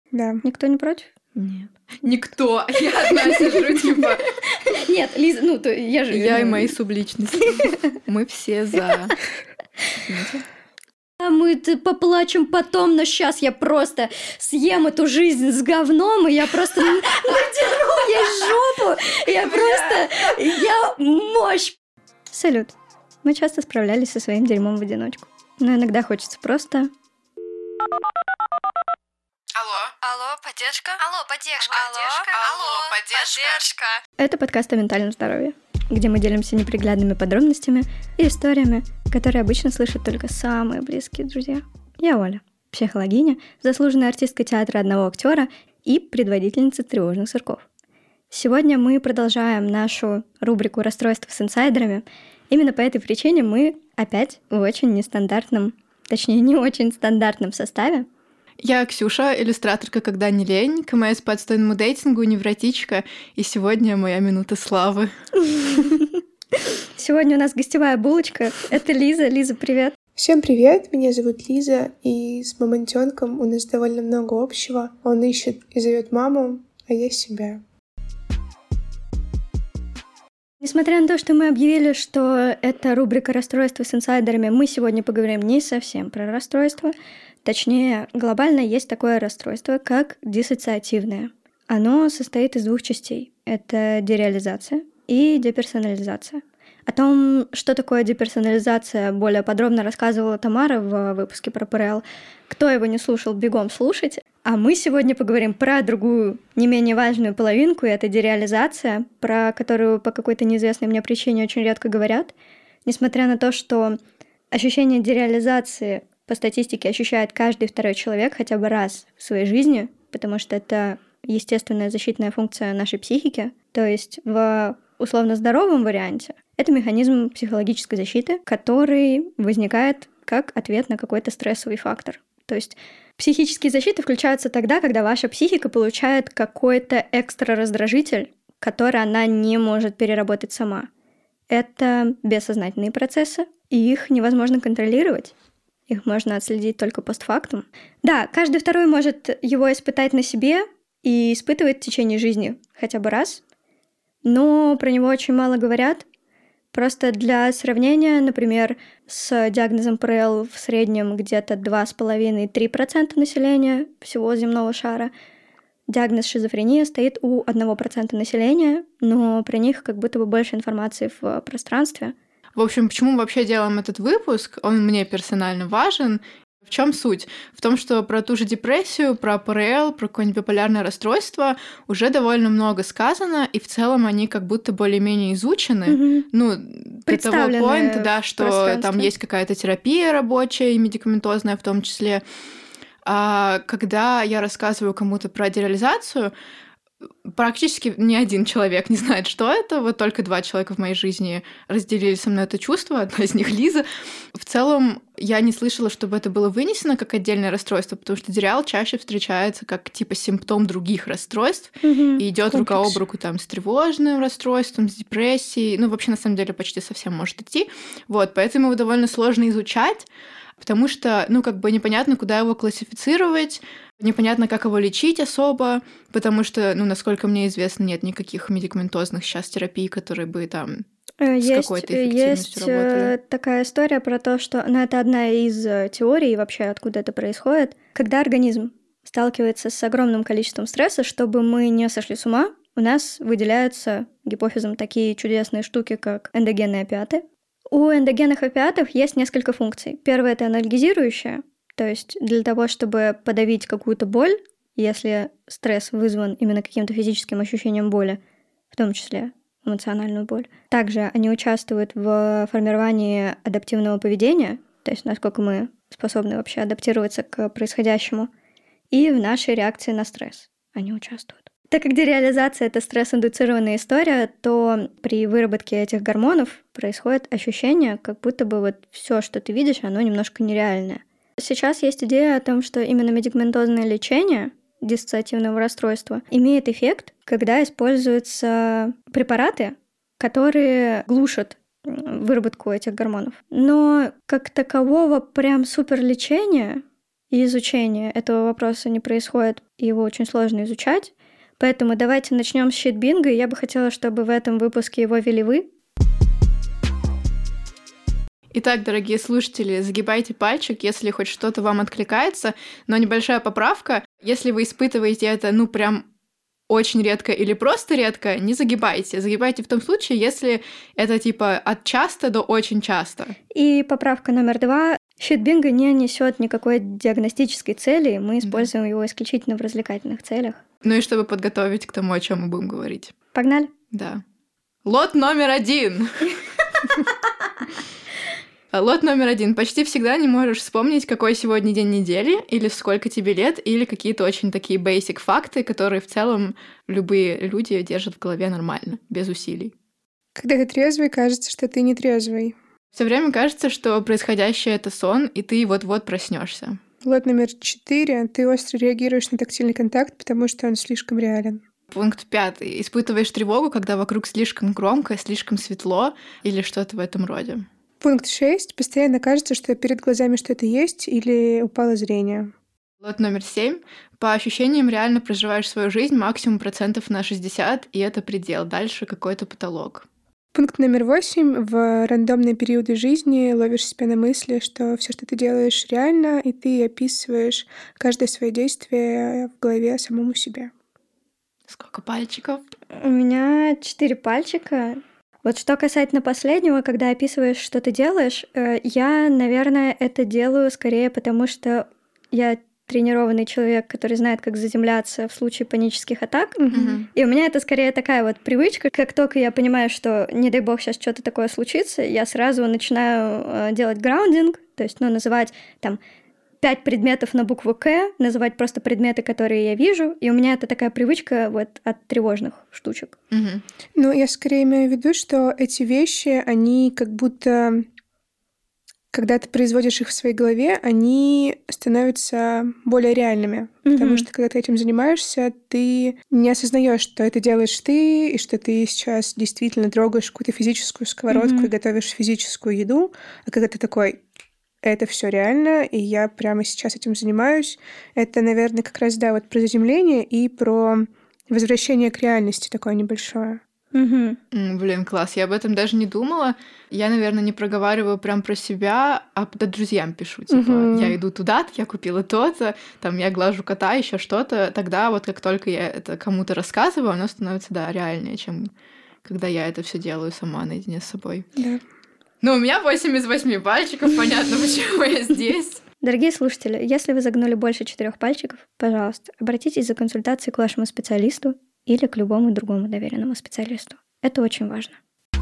Да. Никто не против? Нет. Никто. Я одна сижу, типа... Нет, Лиза, я же... Я и мои субличности. Мы все за... Мы поплачем потом, но сейчас я просто съем эту жизнь с говном, и я просто надеру ей жопу. Я мощь. Салют. Мы часто справлялись со своим дерьмом в одиночку. Но иногда хочется просто... Алло, поддержка? Алло, поддержка. Это подкаст о ментальном здоровье, где мы делимся неприглядными подробностями и историями, которые обычно слышат только самые близкие друзья. Я Оля, психологиня, заслуженная артистка театра одного актера и предводительница тревожных сырков. Сегодня мы продолжаем нашу рубрику «Расстройства с инсайдерами». Именно по этой причине мы опять в очень нестандартном, точнее, не очень стандартном составе. Я Ксюша, иллюстраторка «Когда не лень», КМС по отстойному дейтингу, невротичка, и сегодня моя минута славы. Сегодня у нас гостевая булочка. Это Лиза. Лиза, привет. Всем привет, меня зовут Лиза, и с мамонтенком у нас довольно много общего. Он ищет и зовет маму, а я себя. Несмотря на то, что мы объявили, что это рубрика «Расстройства с инсайдерами», мы сегодня поговорим не совсем про расстройство. Точнее, глобально есть такое расстройство, как диссоциативное. Оно состоит из двух частей. Это дереализация и деперсонализация. О том, что такое деперсонализация, более подробно рассказывала Тамара в выпуске про ПРЛ. Кто его не слушал, бегом слушайте. А мы сегодня поговорим про другую, не менее важную половинку, и это дереализация, про которую по какой-то неизвестной мне причине очень редко говорят. Несмотря на то, что ощущение дереализации по статистике ощущает каждый второй человек хотя бы раз в своей жизни, потому что это естественная защитная функция нашей психики. То есть в условно здоровом варианте это механизм психологической защиты, который возникает как ответ на какой-то стрессовый фактор. То есть психические защиты включаются тогда, когда ваша психика получает какой-то экстра раздражитель, который она не может переработать сама. Это бессознательные процессы, и их невозможно контролировать. Их можно отследить только постфактум. Да, каждый второй может его испытать на себе и испытывает в течение жизни хотя бы раз, но про него очень мало говорят. Просто для сравнения, например, с диагнозом ПРЛ в среднем где-то 2,5-3% населения всего земного шара, диагноз шизофрения стоит у 1% населения, но про них как будто бы больше информации в пространстве. В общем, почему мы вообще делаем этот выпуск? Он мне персонально важен. В чем суть? В том, что про ту же депрессию, про ПРЛ, про какое-нибудь биполярное расстройство уже довольно много сказано, и в целом они как будто более-менее изучены. До того поинта, да, что там есть какая-то терапия рабочая и медикаментозная в том числе. А когда я рассказываю кому-то про дереализацию, практически ни один человек не знает, что это. Вот только 2 человека в моей жизни разделили со мной это чувство. Одна из них Лиза. В целом, я не слышала, чтобы это было вынесено как отдельное расстройство, потому что дереал чаще встречается как типа симптом других расстройств и идет рука об руку там с тревожным расстройством, с депрессией. Вообще, на самом деле, почти совсем может идти. Поэтому его довольно сложно изучать, потому что, непонятно, куда его классифицировать, непонятно, как его лечить особо, потому что, насколько мне известно, нет никаких медикаментозных сейчас терапий, которые бы там с какой-то эффективностью работали. Есть такая история про то, что... это одна из теорий вообще, откуда это происходит. Когда организм сталкивается с огромным количеством стресса, чтобы мы не сошли с ума, у нас выделяются гипофизом такие чудесные штуки, как эндогенные опиаты. У эндогенных опиатов есть несколько функций. Первая — это анальгезирующая, то есть для того, чтобы подавить какую-то боль, если стресс вызван именно каким-то физическим ощущением боли, в том числе эмоциональную боль. Также они участвуют в формировании адаптивного поведения, то есть насколько мы способны вообще адаптироваться к происходящему, и в нашей реакции на стресс они участвуют. Так как дереализация — это стресс-индуцированная история, то при выработке этих гормонов происходит ощущение, как будто бы все, что ты видишь, оно немножко нереальное. Сейчас есть идея о том, что именно медикаментозное лечение диссоциативного расстройства имеет эффект, когда используются препараты, которые глушат выработку этих гормонов. Но как такового прям суперлечения и изучение этого вопроса не происходит, и его очень сложно изучать. Поэтому давайте начнем с щит-бинго, и я бы хотела, чтобы в этом выпуске его вели вы. Итак, дорогие слушатели, загибайте пальчик, если хоть что-то вам откликается, но небольшая поправка. Если вы испытываете это, прям очень редко или просто редко, не загибайте. Загибайте в том случае, если это типа от часто до очень часто. И поправка номер 2. Щит-бинго не несет никакой диагностической цели, мы используем его исключительно в развлекательных целях. Ну и чтобы подготовить к тому, о чем мы будем говорить. Погнали? Да. Лот номер 1. Лот номер 1. Почти всегда не можешь вспомнить, какой сегодня день недели, или сколько тебе лет, или какие-то очень такие basic факты, которые в целом любые люди держат в голове нормально, без усилий. Когда ты трезвый, кажется, что ты не трезвый. Все время кажется, что происходящее — это сон, и ты вот-вот проснешься. Лот номер 4. Ты остро реагируешь на тактильный контакт, потому что он слишком реален. Пункт 5. Испытываешь тревогу, когда вокруг слишком громко, слишком светло или что-то в этом роде. Пункт 6. Постоянно кажется, что перед глазами что-то есть или упало зрение. Лот номер 7. По ощущениям реально проживаешь свою жизнь максимум процентов на 60, и это предел. Дальше какой-то потолок. Пункт номер 8. В рандомные периоды жизни ловишь себя на мысли, что все, что ты делаешь, реально, и ты описываешь каждое свое действие в голове самому себе. Сколько пальчиков? У меня 4 пальчика. Вот что касательно последнего, когда описываешь, что ты делаешь, я, наверное, это делаю скорее потому, что я тренированный человек, который знает, как заземляться в случае панических атак. И у меня это скорее такая вот привычка. Как только я понимаю, что, не дай бог, сейчас что-то такое случится, я сразу начинаю делать граундинг, то есть, называть там 5 предметов на букву «К», называть просто предметы, которые я вижу, и у меня это такая привычка вот от тревожных штучек. Я скорее имею в виду, что эти вещи, они как будто, когда ты производишь их в своей голове, они становятся более реальными. Потому что, когда ты этим занимаешься, ты не осознаешь, что это делаешь ты, и что ты сейчас действительно трогаешь какую-то физическую сковородку и готовишь физическую еду, а когда ты такой... Это все реально, и я прямо сейчас этим занимаюсь. Это, наверное, как раз, вот про заземление и про возвращение к реальности такое небольшое. Блин, класс. Я об этом даже не думала. Я, наверное, не проговариваю прям про себя, а друзьям пишу. Типа, я иду туда-то, я купила то-то, там, я глажу кота, еще что-то. Тогда вот как только я это кому-то рассказываю, оно становится, реальнее, чем когда я это все делаю сама наедине с собой. Да. У меня 8 из 8 пальчиков, понятно, почему я здесь. Дорогие слушатели, если вы загнули больше 4 пальчиков, пожалуйста, обратитесь за консультацией к вашему специалисту или к любому другому доверенному специалисту. Это очень важно.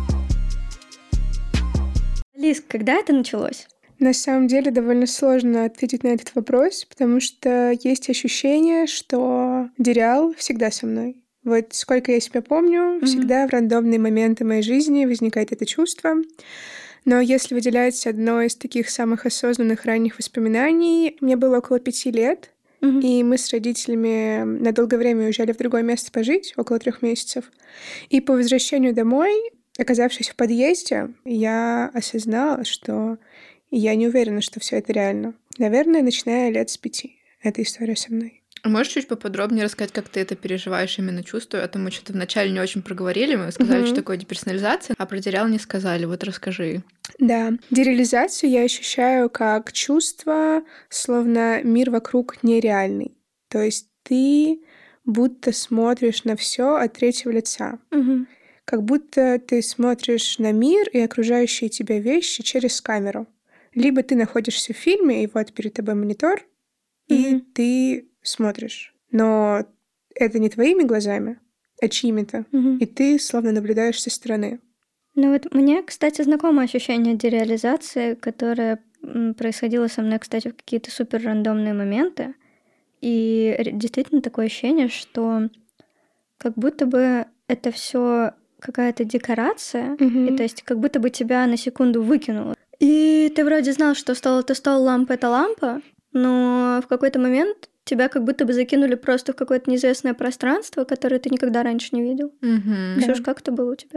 Лиз, когда это началось? На самом деле довольно сложно ответить на этот вопрос, потому что есть ощущение, что Дириал всегда со мной. Вот сколько я себя помню, всегда в рандомные моменты моей жизни возникает это чувство. Но если выделять одно из таких самых осознанных ранних воспоминаний, мне было около 5 лет, и мы с родителями на долгое время уезжали в другое место пожить, около 3 месяцев. И по возвращению домой, оказавшись в подъезде, я осознала, что я не уверена, что все это реально. Наверное, начиная лет с 5. Эта история со мной. Можешь чуть поподробнее рассказать, как ты это переживаешь, именно чувствуя? А то мы что-то вначале не очень проговорили, мы сказали, что такое деперсонализация, а про Дириал не сказали. Вот расскажи. Да, дереализацию я ощущаю как чувство, словно мир вокруг нереальный. То есть ты будто смотришь на все от третьего лица. Как будто ты смотришь на мир и окружающие тебя вещи через камеру. Либо ты находишься в фильме, и вот перед тобой монитор, и ты смотришь. Но это не твоими глазами, а чьими-то. И ты словно наблюдаешь со стороны. Вот мне, кстати, знакомо ощущение дереализации, которое происходило со мной, кстати, в какие-то супер рандомные моменты. И действительно такое ощущение, что как будто бы это все какая-то декорация, и то есть как будто бы тебя на секунду выкинуло. И ты вроде знал, что стол — это стол, лампа — это лампа, но в какой-то момент тебя как будто бы закинули просто в какое-то неизвестное пространство, которое ты никогда раньше не видел. Ксюш, как это было у тебя?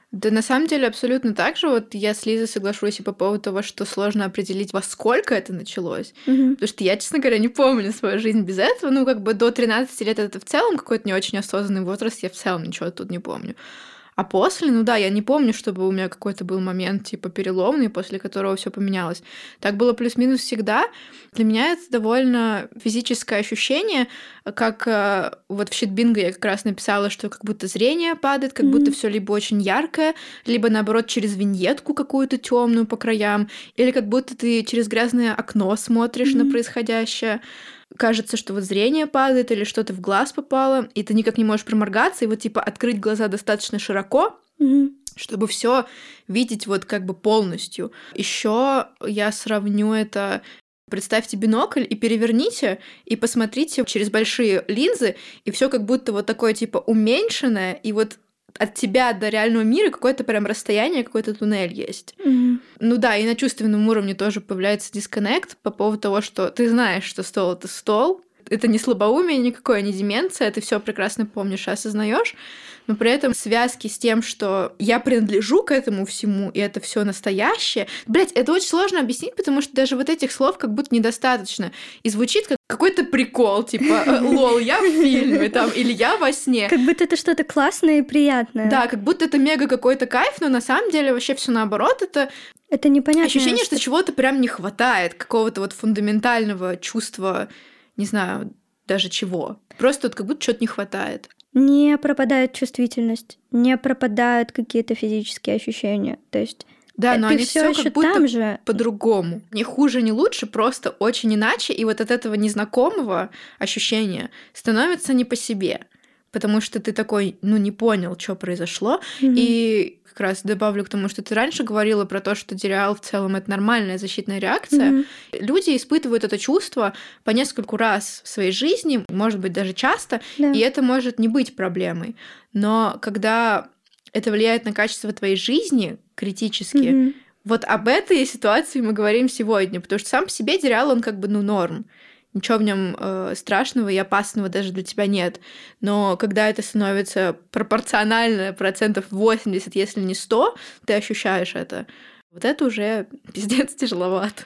Да, на самом деле абсолютно так же. Вот я с Лизой соглашусь и по поводу того, что сложно определить, во сколько это началось. Потому что я, честно говоря, не помню свою жизнь без этого. Ну, как бы до 13 лет это в целом какой-то не очень осознанный возраст, я в целом ничего тут не помню. А после, ну да, я не помню, чтобы у меня какой-то был момент типа переломный, после которого все поменялось. Так было плюс-минус всегда. Для меня это довольно физическое ощущение, как вот в щитбинго я как раз написала, что как будто зрение падает, как будто все либо очень яркое, либо наоборот через виньетку какую-то темную по краям, или как будто ты через грязное окно смотришь на происходящее. Кажется, что вот зрение падает или что-то в глаз попало, и ты никак не можешь проморгаться, и вот типа открыть глаза достаточно широко, чтобы все видеть вот как бы полностью. Еще я сравню это. Представьте бинокль и переверните, и посмотрите через большие линзы, и все как будто вот такое типа уменьшенное, и вот от тебя до реального мира какое-то прям расстояние, какой-то туннель есть. Ну да, и на чувственном уровне тоже появляется дисконнект по поводу того, что ты знаешь, что стол — это стол, это не слабоумие никакое, не деменция, ты все прекрасно помнишь и осознаешь, но при этом связки с тем, что я принадлежу к этому всему, и это все настоящее. Блять, это очень сложно объяснить, потому что даже вот этих слов как будто недостаточно. И звучит как какой-то прикол, типа «Лол, я в фильме», там, или «Я во сне». Как будто это что-то классное и приятное. Да, как будто это мега какой-то кайф, но на самом деле вообще все наоборот. Это непонятно. Ощущение, что чего-то прям не хватает, какого-то вот фундаментального чувства, не знаю, даже чего. Просто вот как будто что-то не хватает. Не пропадает чувствительность, не пропадают какие-то физические ощущения. То есть да, но они все как будто там же. По-другому. Не хуже, не лучше, просто очень иначе. И вот от этого незнакомого ощущения становится не по себе. Потому что ты такой, ну, не понял, что произошло. И как раз добавлю к тому, что ты раньше говорила про то, что диреал в целом это нормальная защитная реакция. Люди испытывают это чувство по нескольку раз в своей жизни, может быть, даже часто, и это может не быть проблемой. Но когда это влияет на качество твоей жизни критически, вот об этой ситуации мы говорим сегодня, потому что сам по себе диреал, он как бы, ну, норм. Ничего в нем страшного и опасного даже для тебя нет. Но когда это становится пропорционально 80%, если не 100%, ты ощущаешь это. Вот это уже пиздец тяжеловато.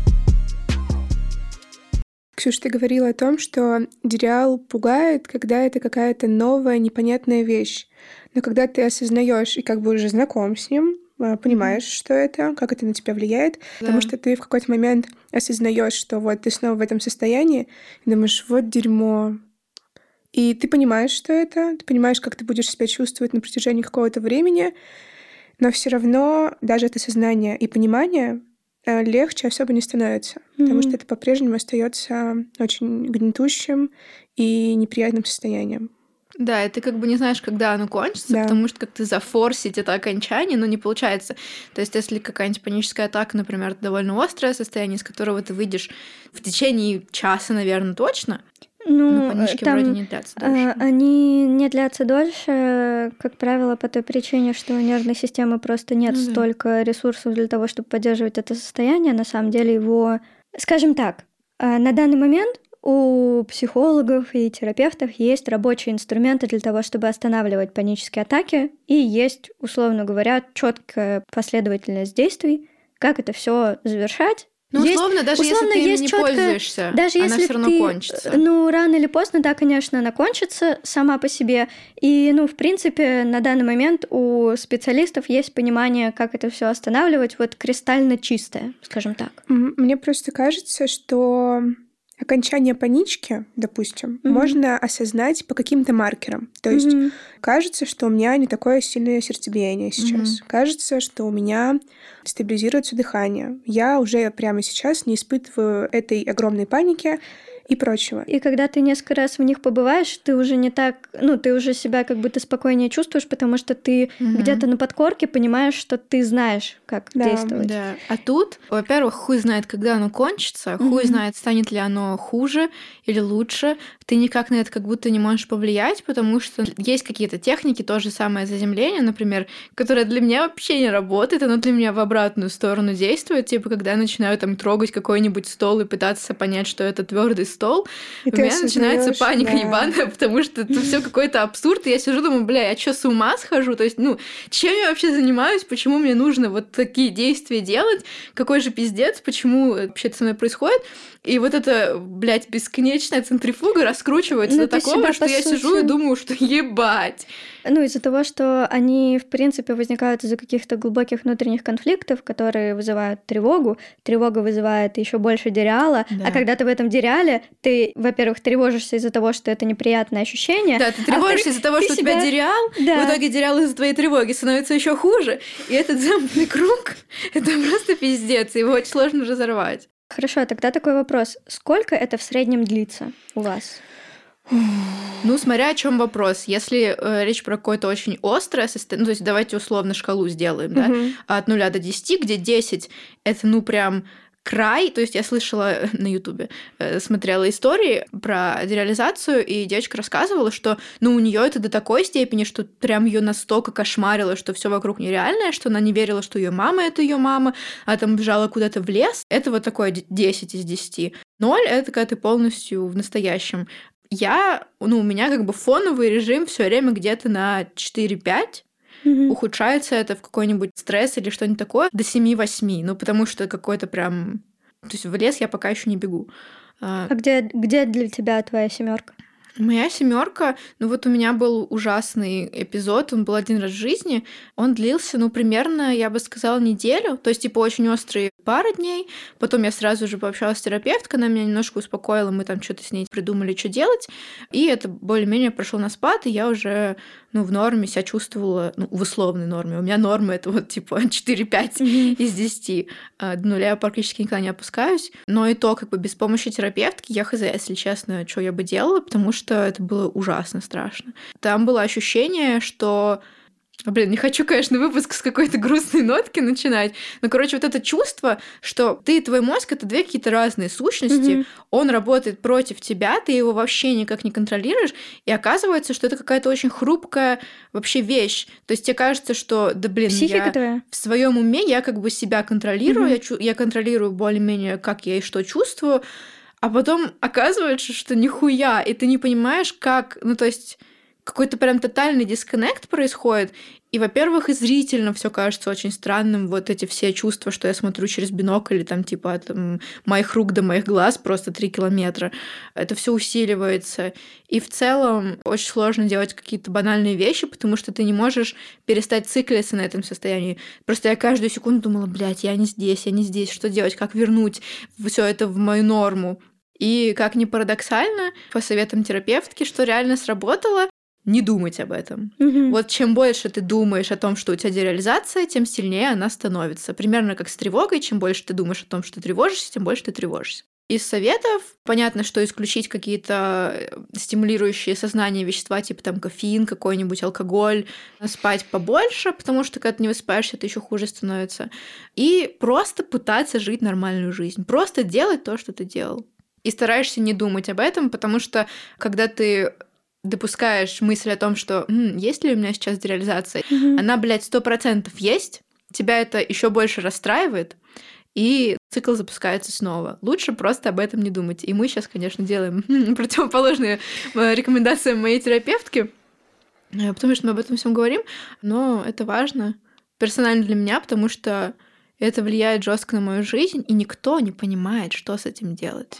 Ксюша, ты говорила о том, что диреал пугает, когда это какая-то новая, непонятная вещь. Но когда ты осознаешь и как бы уже знаком с ним, понимаешь, что это, как это на тебя влияет, потому что ты в какой-то момент осознаешь, что вот ты снова в этом состоянии, и думаешь, вот дерьмо. И ты понимаешь, что это, ты понимаешь, как ты будешь себя чувствовать на протяжении какого-то времени, но все равно даже это сознание и понимание легче особо не становится, потому что это по-прежнему остается очень гнетущим и неприятным состоянием. Да, и ты как бы не знаешь, когда оно кончится, потому что как-то зафорсить это окончание, ну, не получается. То есть если какая-нибудь паническая атака, например, это довольно острое состояние, из которого ты выйдешь в течение часа, наверное, точно. Но панички вроде не длятся дольше. Они не длятся дольше, как правило, по той причине, что у нервной системы просто нет столько ресурсов для того, чтобы поддерживать это состояние. На самом деле его... Скажем так, на данный момент у психологов и терапевтов есть рабочие инструменты для того, чтобы останавливать панические атаки, и есть, условно говоря, четкая последовательность действий, как это все завершать. Ну, условно, даже если ты им не пользуешься, даже она если все равно кончится. Ну, рано или поздно, да, конечно, она кончится сама по себе. И, ну, в принципе, на данный момент у специалистов есть понимание, как это все останавливать, вот кристально чистое, скажем так. Мне просто кажется, что окончание панички, допустим, можно осознать по каким-то маркерам. То есть кажется, что у меня не такое сильное сердцебиение сейчас. Кажется, что у меня стабилизируется дыхание. Я уже прямо сейчас не испытываю этой огромной паники и прочего. И когда ты несколько раз в них побываешь, ты уже не так... Ну, ты уже себя как будто спокойнее чувствуешь, потому что ты где-то на подкорке понимаешь, что ты знаешь, как действовать. Да. А тут, во-первых, хуй знает, когда оно кончится, хуй знает, станет ли оно хуже или лучше. Ты никак на это как будто не можешь повлиять, потому что есть какие-то техники, то же самое заземление, например, которое для меня вообще не работает, оно для меня в обратную сторону действует, типа когда я начинаю там трогать какой-нибудь стол и пытаться понять, что это твердый стол, И у меня начинается осознаёшь, паника да. ебаная, потому что это все какой-то абсурд, и я сижу, думаю, бля, я что, с ума схожу? То есть, чем я вообще занимаюсь, почему мне нужно вот такие действия делать, какой же пиздец, почему вообще это со мной происходит? И вот эта, блядь, бесконечная центрифуга раскручивается до ты такого, себя, что по я сижу и сути- думаю, что ебать. Из-за того, что они, в принципе, возникают из-за каких-то глубоких внутренних конфликтов, которые вызывают тревогу. Тревога вызывает еще больше дереала. Да. А когда ты в этом дереале, ты, во-первых, тревожишься из-за того, что это неприятное ощущение. Да, ты тревожишься из-за того, ты что у тебя себя- дереал, Да. в итоге дереал из-за твоей тревоги становится еще хуже. И этот замкнутый круг — это просто пиздец, его очень сложно разорвать. Хорошо, тогда такой вопрос. Сколько это в среднем длится у вас? Смотря о чем вопрос. Если речь про какое-то очень острое состояние, то есть давайте условно шкалу сделаем, да, от 0 до 10, где 10 — это, прям край. То есть я слышала на Ютубе, смотрела истории про дереализацию, и девочка рассказывала, что, у нее это до такой степени, что прям ее настолько кошмарило, что все вокруг нереальное, что она не верила, что ее мама — это ее мама, а там бежала куда-то в лес. Это вот такое 10 из 10. 0 — это когда ты полностью в настоящем. У меня как бы фоновый режим все время где-то на 4-5. Ухудшается это в какой-нибудь стресс или что-нибудь такое до 7-8. Потому что какой-то прям... То есть в лес я пока еще не бегу. А где для тебя твоя 7? Моя 7, у меня был ужасный эпизод, он был один раз в жизни, он длился, примерно, я бы сказала, неделю, то есть, очень острый пару дней, потом я сразу же пообщалась с терапевткой, она меня немножко успокоила, мы там что-то с ней придумали, что делать, и это более-менее прошло на спад, и я уже, в норме себя чувствовала, в условной норме, у меня норма это 4-5 из 10, до 0 я практически никогда не опускаюсь, но и то, без помощи терапевтки, я хз, если честно, что я бы делала, потому что это было ужасно страшно. Там было ощущение, что... не хочу, конечно, выпуск с какой-то грустной нотки начинать, но, вот это чувство, что ты и твой мозг — это две какие-то разные сущности, он работает против тебя, ты его вообще никак не контролируешь, и оказывается, что это какая-то очень хрупкая вообще вещь. То есть тебе кажется, что, Психика я твоя. в своем уме, я себя контролирую, я контролирую более-менее, как я и что чувствую, а потом оказывается, что нихуя, и ты не понимаешь, как... то есть какой-то прям тотальный дисконнект происходит. И, во-первых, и зрительно все кажется очень странным. Вот эти все чувства, что я смотрю через бинокль, или там типа от моих рук до моих глаз просто 3 километра. Это все усиливается. И в целом очень сложно делать какие-то банальные вещи, потому что ты не можешь перестать циклиться на этом состоянии. Просто я каждую секунду думала, я не здесь, что делать, как вернуть все это в мою норму. И, как ни парадоксально, по советам терапевтки, что реально сработало, не думать об этом. Вот чем больше ты думаешь о том, что у тебя дереализация, тем сильнее она становится. Примерно как с тревогой. Чем больше ты думаешь о том, что тревожишься, тем больше ты тревожишься. Из советов понятно, что исключить какие-то стимулирующие сознание вещества, типа там кофеин какой-нибудь, алкоголь, спать побольше, потому что когда ты не высыпаешься, это еще хуже становится. И просто пытаться жить нормальную жизнь. Просто делать то, что ты делал. И стараешься не думать об этом, потому что когда ты допускаешь мысль о том, что есть ли у меня сейчас дереализация, она, 100% есть, тебя это еще больше расстраивает, и цикл запускается снова. Лучше просто об этом не думать. И мы сейчас, конечно, делаем противоположные рекомендациям моей терапевтки, потому что мы об этом всем говорим, но это важно персонально для меня, потому что это влияет жестко на мою жизнь, и никто не понимает, что с этим делать.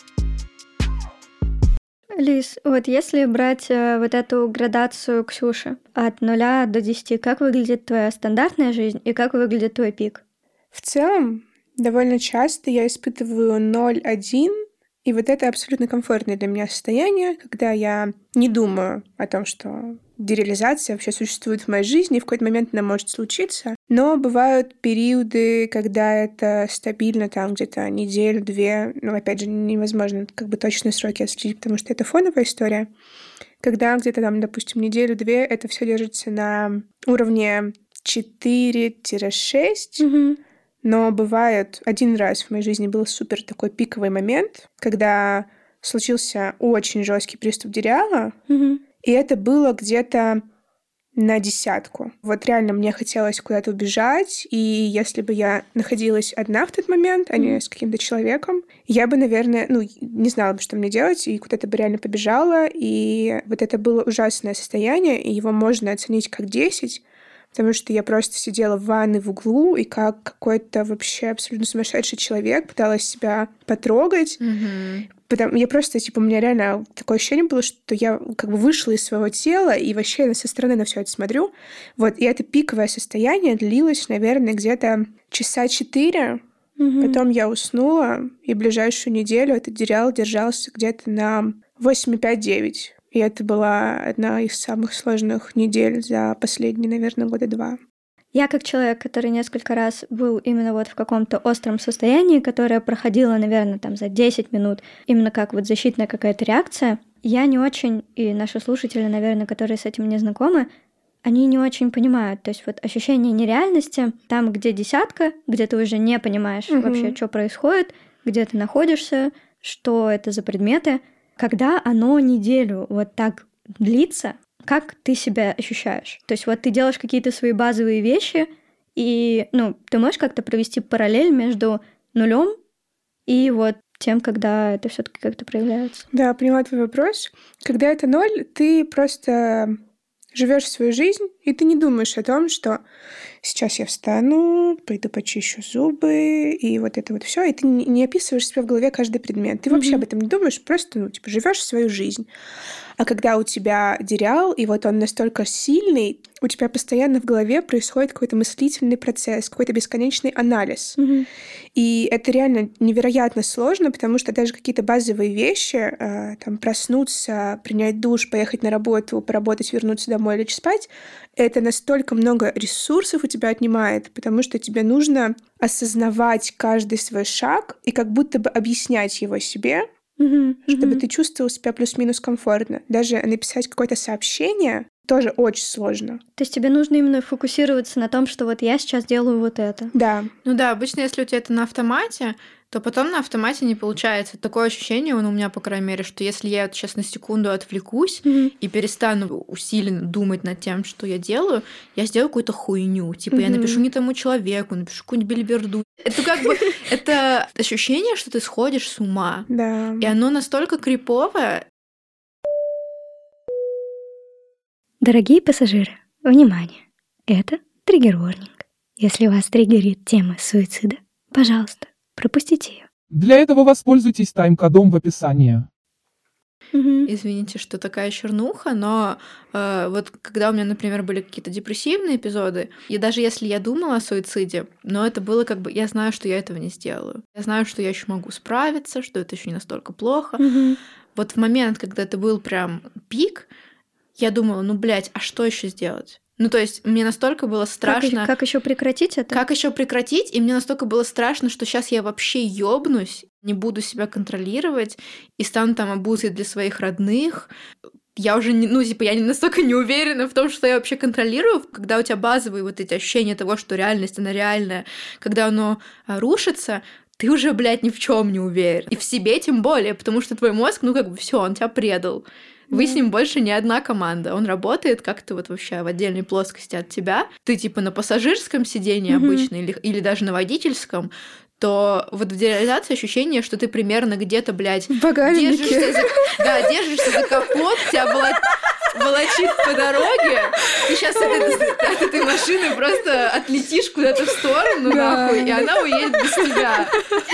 Лиз, если брать вот эту градацию Ксюши от 0 до 10, как выглядит твоя стандартная жизнь и как выглядит твой пик? В целом, довольно часто я испытываю 0-1, и вот это абсолютно комфортное для меня состояние, когда я не думаю о том, что дереализация вообще существует в моей жизни, и в какой-то момент она может случиться. Но бывают периоды, когда это стабильно, там где-то неделю-две, опять же, невозможно точные сроки отследить, потому что это фоновая история. Когда где-то там, допустим, неделю-две это все держится на уровне 4-6, но бывает, один раз в моей жизни был супер такой пиковый момент, когда случился очень жесткий приступ дереала, и это было где-то на 10. Вот реально мне хотелось куда-то убежать, и если бы я находилась одна в тот момент, а не с каким-то человеком, я бы, наверное, не знала бы, что мне делать, и куда-то бы реально побежала, и вот это было ужасное состояние, и его можно оценить как 10, потому что я просто сидела в ванной в углу и как какой-то вообще абсолютно сумасшедший человек пыталась себя потрогать. Я просто, у меня реально такое ощущение было, что я как бы вышла из своего тела и вообще со стороны на все это смотрю. Вот, и это пиковое состояние длилось, наверное, где-то часа 4. Потом я уснула, и ближайшую неделю этот сериал держался где-то на 8,5-9. И это была одна из самых сложных недель за последние, наверное, 2 года. Я как человек, который несколько раз был именно вот в каком-то остром состоянии, которое проходило, наверное, там за 10 минут, именно как вот защитная какая-то реакция, я не очень, и наши слушатели, наверное, которые с этим не знакомы, они не очень понимают. То есть вот ощущение нереальности, там, где 10, где ты уже не понимаешь вообще, что происходит, где ты находишься, что это за предметы, когда оно неделю вот так длится, как ты себя ощущаешь? То есть вот ты делаешь какие-то свои базовые вещи, и, ты можешь как-то провести параллель между нулем и вот тем, когда это все-таки как-то проявляется? Да, поняла твой вопрос. Когда это 0, ты просто живешь свою жизнь, и ты не думаешь о том, что сейчас я встану, пойду почищу зубы, и вот это вот все, и ты не описываешь себе в голове каждый предмет. Ты вообще об этом не думаешь, просто, живешь свою жизнь. А когда у тебя сериал, и вот он настолько сильный, у тебя постоянно в голове происходит какой-то мыслительный процесс, какой-то бесконечный анализ. И это реально невероятно сложно, потому что даже какие-то базовые вещи, там, проснуться, принять душ, поехать на работу, поработать, вернуться домой, лечь спать, это настолько много ресурсов у тебя отнимает, потому что тебе нужно осознавать каждый свой шаг и как будто бы объяснять его себе, чтобы ты чувствовал себя плюс-минус комфортно. Даже написать какое-то сообщение тоже очень сложно. То есть тебе нужно именно фокусироваться на том, что вот я сейчас делаю вот это. Да. Обычно, если у тебя это на автомате, то потом на автомате не получается. Такое ощущение, у меня, по крайней мере, что если я сейчас на секунду отвлекусь и перестану усиленно думать над тем, что я делаю, я сделаю какую-то хуйню. Я напишу не тому человеку, напишу какую-нибудь бельберду. Это как бы это ощущение, что ты сходишь с ума. Да. И оно настолько криповое. Дорогие пассажиры, внимание! Это триггер-ворнинг. Если вас триггерит тема суицида, пожалуйста, пропустите ее. Для этого воспользуйтесь тайм-кодом в описании. Извините, что такая чернуха, но вот когда у меня, например, были какие-то депрессивные эпизоды, и даже если я думала о суициде, но это было как бы, я знаю, что я этого не сделаю. Я знаю, что я еще могу справиться, что это еще не настолько плохо. Вот в момент, когда это был прям пик, я думала, а что еще сделать? То есть мне настолько было страшно... Как еще прекратить это? Как еще прекратить? И мне настолько было страшно, что сейчас я вообще ёбнусь, не буду себя контролировать и стану там обузой для своих родных. Я уже я настолько не уверена в том, что я вообще контролирую, когда у тебя базовые вот эти ощущения того, что реальность, она реальная, когда оно рушится, ты уже, ни в чем не уверен. И в себе тем более, потому что твой мозг, все, он тебя предал. Вы с ним больше не одна команда. Он работает как-то вот вообще в отдельной плоскости от тебя. Ты на пассажирском сидении обычно или даже на водительском, то вот в дереализации ощущение, что ты примерно где-то, держишься за капот, тебя волочит по дороге, ты сейчас от этой машины просто отлетишь куда-то в сторону, нахуй, и она уедет без тебя.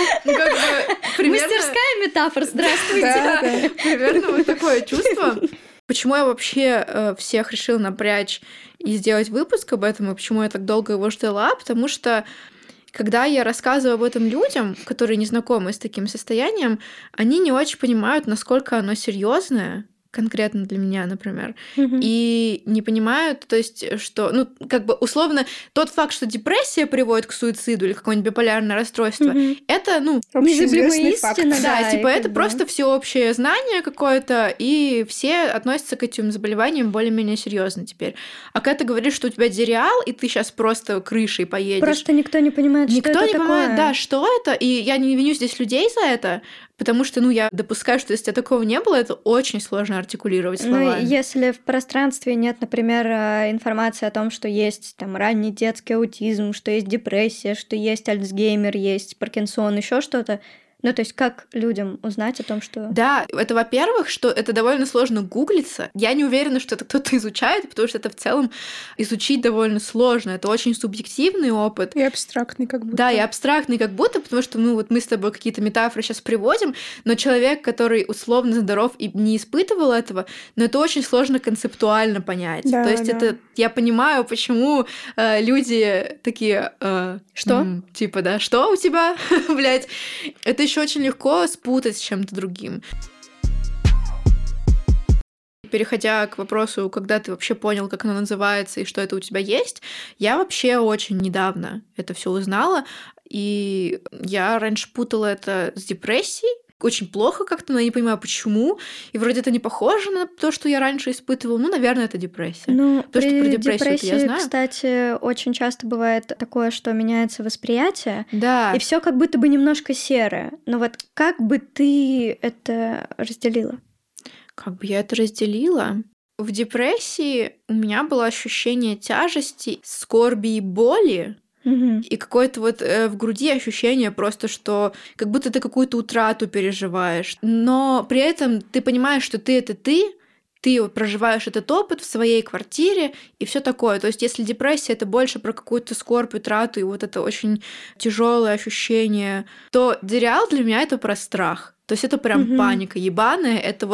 Мастерская метафора, здравствуйте. Примерно вот такое чувство. Почему я вообще всех решила напрячь и сделать выпуск об этом, и почему я так долго его ждала? Потому что когда я рассказываю об этом людям, которые не знакомы с таким состоянием, они не очень понимают, насколько оно серьезное, конкретно для меня, например, и не понимают, то есть, что, условно, тот факт, что депрессия приводит к суициду или какое-нибудь биполярное расстройство, это, общеизвестный факт. Да, это просто всеобщее знание какое-то, и все относятся к этим заболеваниям более-менее серьезно теперь. А когда ты говоришь, что у тебя диреал, и ты сейчас просто крышей поедешь... Просто никто не понимает, что это такое. Никто не понимает, да, что это, и я не виню здесь людей за это, потому что, я допускаю, что если у тебя такого не было, это очень сложно артикулировать словами. Если в пространстве нет, например, информации о том, что есть там ранний детский аутизм, что есть депрессия, что есть Альцгеймер, есть Паркинсон, еще что-то, то есть как людям узнать о том, что... Да, это, во-первых, что это довольно сложно гуглиться. Я не уверена, что это кто-то изучает, потому что это в целом изучить довольно сложно. Это очень субъективный опыт. И абстрактный как будто. Да, и абстрактный как будто, потому что, мы с тобой какие-то метафоры сейчас приводим, но человек, который условно здоров и не испытывал этого, но это очень сложно концептуально понять. Да, то есть это... Я понимаю, почему люди такие... Что? Что у тебя, блядь? Это еще очень легко спутать с чем-то другим. Переходя к вопросу, когда ты вообще понял, как оно называется и что это у тебя есть, я вообще очень недавно это все узнала, и я раньше путала это с депрессией, очень плохо как-то, но я не понимаю, почему. И вроде это не похоже на то, что я раньше испытывала. Наверное, это депрессия. Потому что про депрессию я знаю. Кстати, очень часто бывает такое, что меняется восприятие, да. И все как будто бы немножко серое. Но вот как бы ты это разделила? Как бы я это разделила? В депрессии у меня было ощущение тяжести, скорби и боли, и какое-то в груди ощущение просто, что как будто ты какую-то утрату переживаешь. Но при этом ты понимаешь, что ты — это ты проживаешь этот опыт в своей квартире и все такое. То есть если депрессия — это больше про какую-то скорбь, утрату и вот это очень тяжелое ощущение, то Дереал для меня — это про страх. То есть это прям паника ебаная, это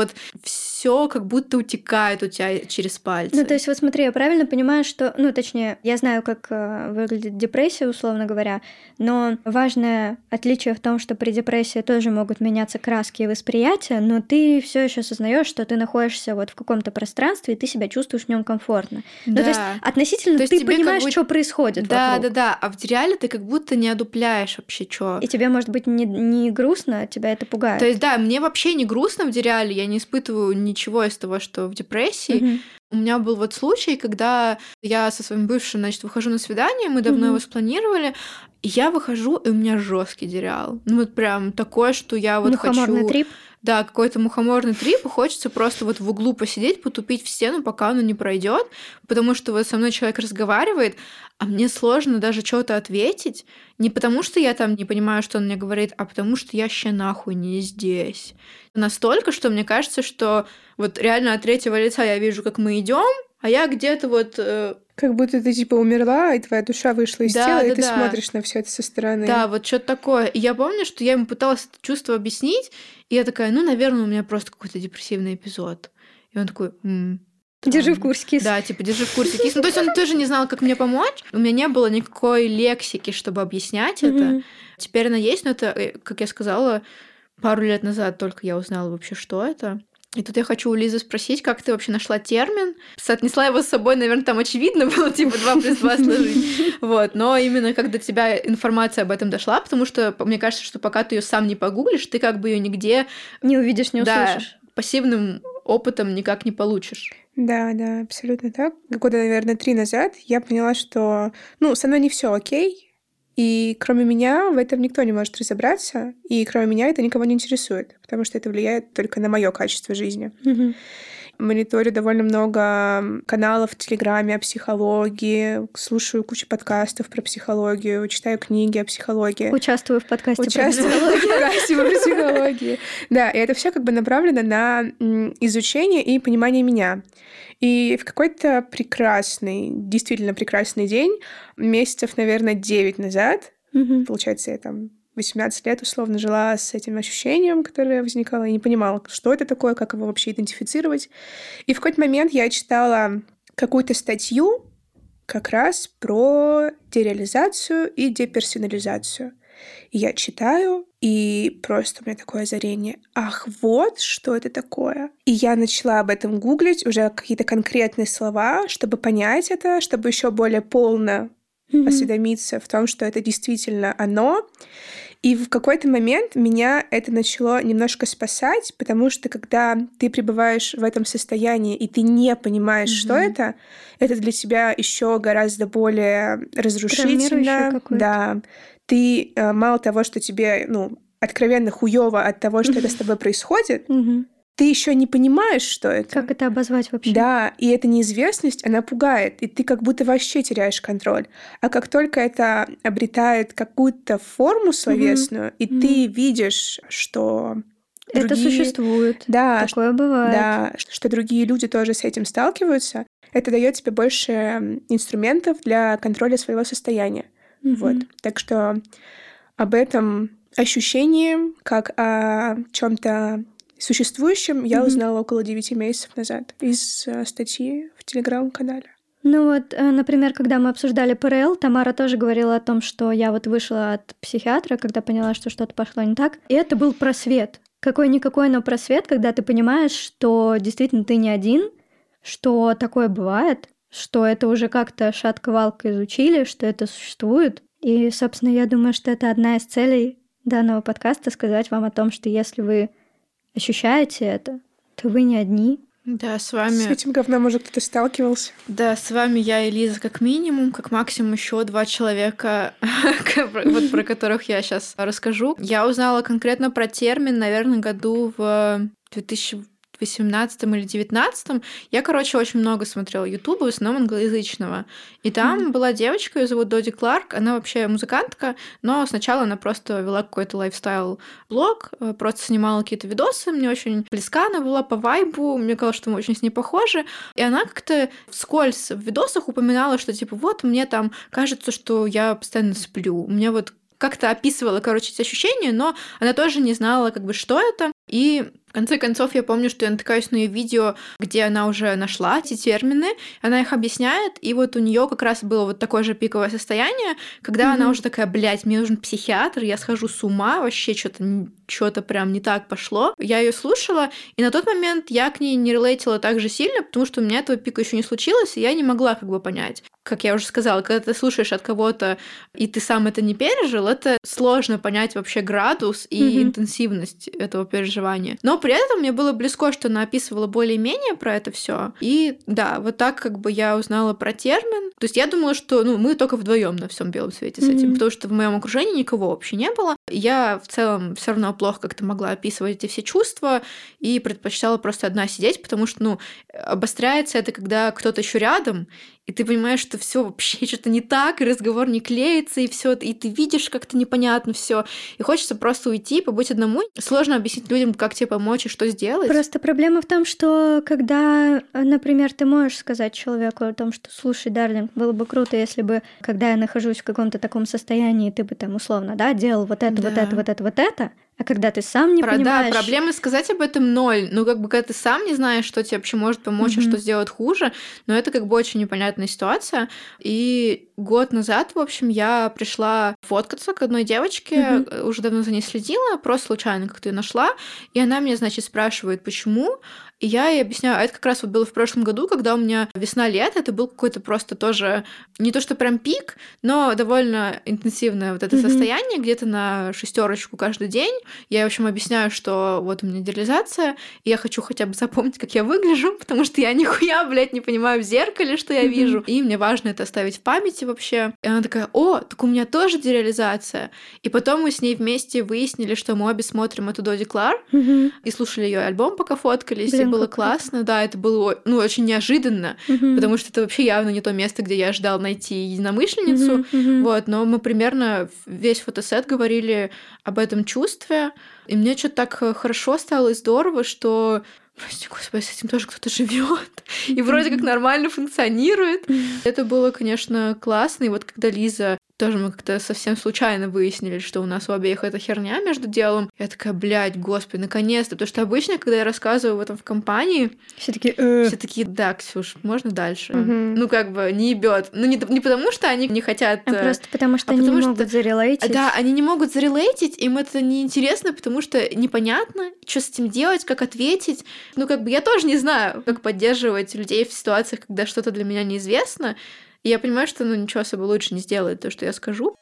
все как будто утекает у тебя через пальцы. То есть смотри, я правильно понимаю, что, точнее, я знаю, как выглядит депрессия, условно говоря, но важное отличие в том, что при депрессии тоже могут меняться краски и восприятия, но ты все еще осознаешь, что ты находишься в каком-то пространстве, и ты себя чувствуешь в нем комфортно. Да. То есть относительно ты понимаешь, что происходит вокруг. Да. А в Дереале ты как будто не одупляешь вообще, что. И тебе, может быть, не грустно, тебя это пугает. То есть, да, мне вообще не грустно в Дереале, я не испытываю ничего из того, что в депрессии. У меня был случай, когда я со своим бывшим, выхожу на свидание, мы давно его спланировали, и я выхожу, и у меня жесткий Дереал. прям такое, что я мухоморный хочу... трип? Да, какой-то мухоморный трип, и хочется просто в углу посидеть, потупить в стену, пока оно не пройдет, потому что со мной человек разговаривает, а мне сложно даже что-то ответить, не потому что я там не понимаю, что он мне говорит, а потому что я вообще нахуй не здесь. Настолько, что мне кажется, что реально от третьего лица я вижу, как мы идем, а я где-то Как будто ты умерла, и твоя душа вышла из тела, и ты смотришь на все это со стороны. Да, что-то такое. И я помню, что я ему пыталась это чувство объяснить, и я такая, наверное, у меня просто какой-то депрессивный эпизод. И он такой... Держи в курсе, кис. Да, держи в курсе, кис. То есть он тоже не знал, как мне помочь. У меня не было никакой лексики, чтобы объяснять это. Теперь она есть, но это, как я сказала, пару лет назад только я узнала вообще, что это. И тут я хочу у Лизы спросить, как ты вообще нашла термин? Соотнесла его с собой, наверное, там очевидно было, 2 + 2 сложить. Но именно как до тебя информация об этом дошла, потому что мне кажется, что пока ты ее сам не погуглишь, ты как бы ее нигде... Не увидишь, не услышишь. Пассивным опытом никак не получишь. Да, абсолютно так. Года, наверное, 3 назад я поняла, что, со мной не все окей, и кроме меня в этом никто не может разобраться, и кроме меня это никого не интересует, потому что это влияет только на мое качество жизни. Мониторю довольно много каналов в Телеграме о психологии, слушаю кучу подкастов про психологию, читаю книги о психологии. Участвую в подкасте про психологию. Да, и это все как бы направлено на изучение и понимание меня. И в какой-то действительно прекрасный день, месяцев, наверное, 9 назад, получается, я 18 лет условно жила с этим ощущением, которое возникало, и не понимала, что это такое, как его вообще идентифицировать. И в какой-то момент я читала какую-то статью как раз про дереализацию и деперсонализацию. И я читаю, и просто у меня такое озарение. Ах, вот что это такое. И я начала об этом гуглить, уже какие-то конкретные слова, чтобы понять это, чтобы еще более полно осведомиться в том, что это действительно оно. И в какой-то момент меня это начало немножко спасать, потому что когда ты пребываешь в этом состоянии, и ты не понимаешь, что это для тебя еще гораздо более разрушительно. Травмирующее какое-то. Да. Ты мало того, что тебе, откровенно хуёво от того, что это с тобой происходит, ты еще не понимаешь, что это. Как это обозвать вообще? Да, и эта неизвестность, она пугает, и ты как будто вообще теряешь контроль. А как только это обретает какую-то форму словесную, и ты видишь, что это существует. Да, такое бывает. Да, что другие люди тоже с этим сталкиваются, это дает тебе больше инструментов для контроля своего состояния. Вот. Так что об этом ощущении, как о чем-то существующем, я узнала около 9 месяцев назад из статьи в Телеграм-канале. Ну вот, например, когда мы обсуждали ПРЛ, Тамара тоже говорила о том, что я вот вышла от психиатра, когда поняла, что что-то пошло не так. И это был просвет. Какой-никакой, но просвет, когда ты понимаешь, что действительно ты не один, что такое бывает, что это уже как-то шатко-валко изучили, что это существует. И, собственно, я думаю, что это одна из целей данного подкаста — сказать вам о том, что если вы ощущаете это, то вы не одни. Да, с вами... С этим говном уже кто-то сталкивался. Да, с вами я и Лиза как минимум, как максимум еще 2 человека, вот про которых я сейчас расскажу. Я узнала конкретно про термин, наверное, году в 2018 или 2019. Я, очень много смотрела Ютуба, в основном англоязычного. И там была девочка, ее зовут Доди Кларк. Она вообще музыкантка, но сначала она просто вела какой-то лайфстайл-блог, просто снимала какие-то видосы. Мне очень близка она была по вайбу, мне казалось, что мы очень с ней похожи. И она как-то вскользь в видосах упоминала, что типа вот мне там кажется, что я постоянно сплю. Мне вот как-то описывала, эти ощущения, но она тоже не знала, что это. И в конце концов, я помню, что я натыкаюсь на ее видео, где она уже нашла эти термины, она их объясняет, и вот у нее как раз было вот такое же пиковое состояние, когда она уже такая: блядь, мне нужен психиатр, я схожу с ума, вообще что-то прям не так пошло. Я ее слушала, и на тот момент я к ней не релейтила так же сильно, потому что у меня этого пика еще не случилось, и я не могла понять. Как я уже сказала, когда ты слушаешь от кого-то, и ты сам это не пережил, это сложно понять вообще градус и интенсивность этого переживания. Но при этом мне было близко, что она описывала более-менее про это все. И да, вот так я узнала про термин. То есть я думала, что мы только вдвоем на всем белом свете с этим, потому что в моем окружении никого вообще не было. Я в целом все равно плохо как-то могла описывать эти все чувства и предпочитала просто одна сидеть, потому что, обостряется это, когда кто-то еще рядом, и ты понимаешь, что все вообще что-то не так, и разговор не клеится, и все, и ты видишь как-то непонятно все, и хочется просто уйти, побыть одному. Сложно объяснить людям, как тебе помочь и что сделать. Просто проблема в том, что когда, например, ты можешь сказать человеку о том, что слушай, Дарлинг, было бы круто, если бы, когда я нахожусь в каком-то таком состоянии, ты бы там условно, делал вот это, вот это, а когда ты сам не понимаешь... Да, проблемы сказать об этом 0. Когда ты сам не знаешь, что тебе вообще может помочь, а что сделать хуже, но это очень непонятная ситуация. И год назад, в общем, я пришла фоткаться к одной девочке, уже давно за ней следила, просто случайно как-то ее нашла, и она меня, спрашивает, почему, и я ей объясняю, а это как раз было в прошлом году, когда у меня весна-лето, это был какой-то просто тоже, не то что прям пик, но довольно интенсивное это состояние, где-то на 6 каждый день. Я, в общем, объясняю, что вот у меня дереализация, и я хочу хотя бы запомнить, как я выгляжу, потому что я нихуя, не понимаю в зеркале, что я вижу, и мне важно это оставить в памяти вообще. И она такая: о, так у меня тоже дереализация. И потом мы с ней вместе выяснили, что мы обе смотрим эту Доди Кларк и слушали ее альбом, пока фоткались. И было классно, да, это было очень неожиданно, потому что это вообще явно не то место, где я ожидала найти единомышленницу, вот, но мы примерно весь фотосет говорили об этом чувстве, и мне что-то так хорошо стало и здорово, что, прости господи, с этим тоже кто-то живет и вроде как нормально функционирует. Это было, конечно, классно, и вот когда Лиза... Тоже мы как-то совсем случайно выяснили, что у нас у обеих эта херня между делом. Я такая: блядь, господи, наконец-то. Потому что обычно, когда я рассказываю об этом в компании, все такие: да, Ксюш, можно дальше? Не ебет. Не потому, что они не хотят... А просто потому, что они не могут зарелейтить. Да, они не могут зарелейтить, им это неинтересно, потому что непонятно, что с этим делать, как ответить. Я тоже не знаю, как поддерживать людей в ситуациях, когда что-то для меня неизвестно. И я понимаю, что ничего особо лучше не сделает то, что я скажу.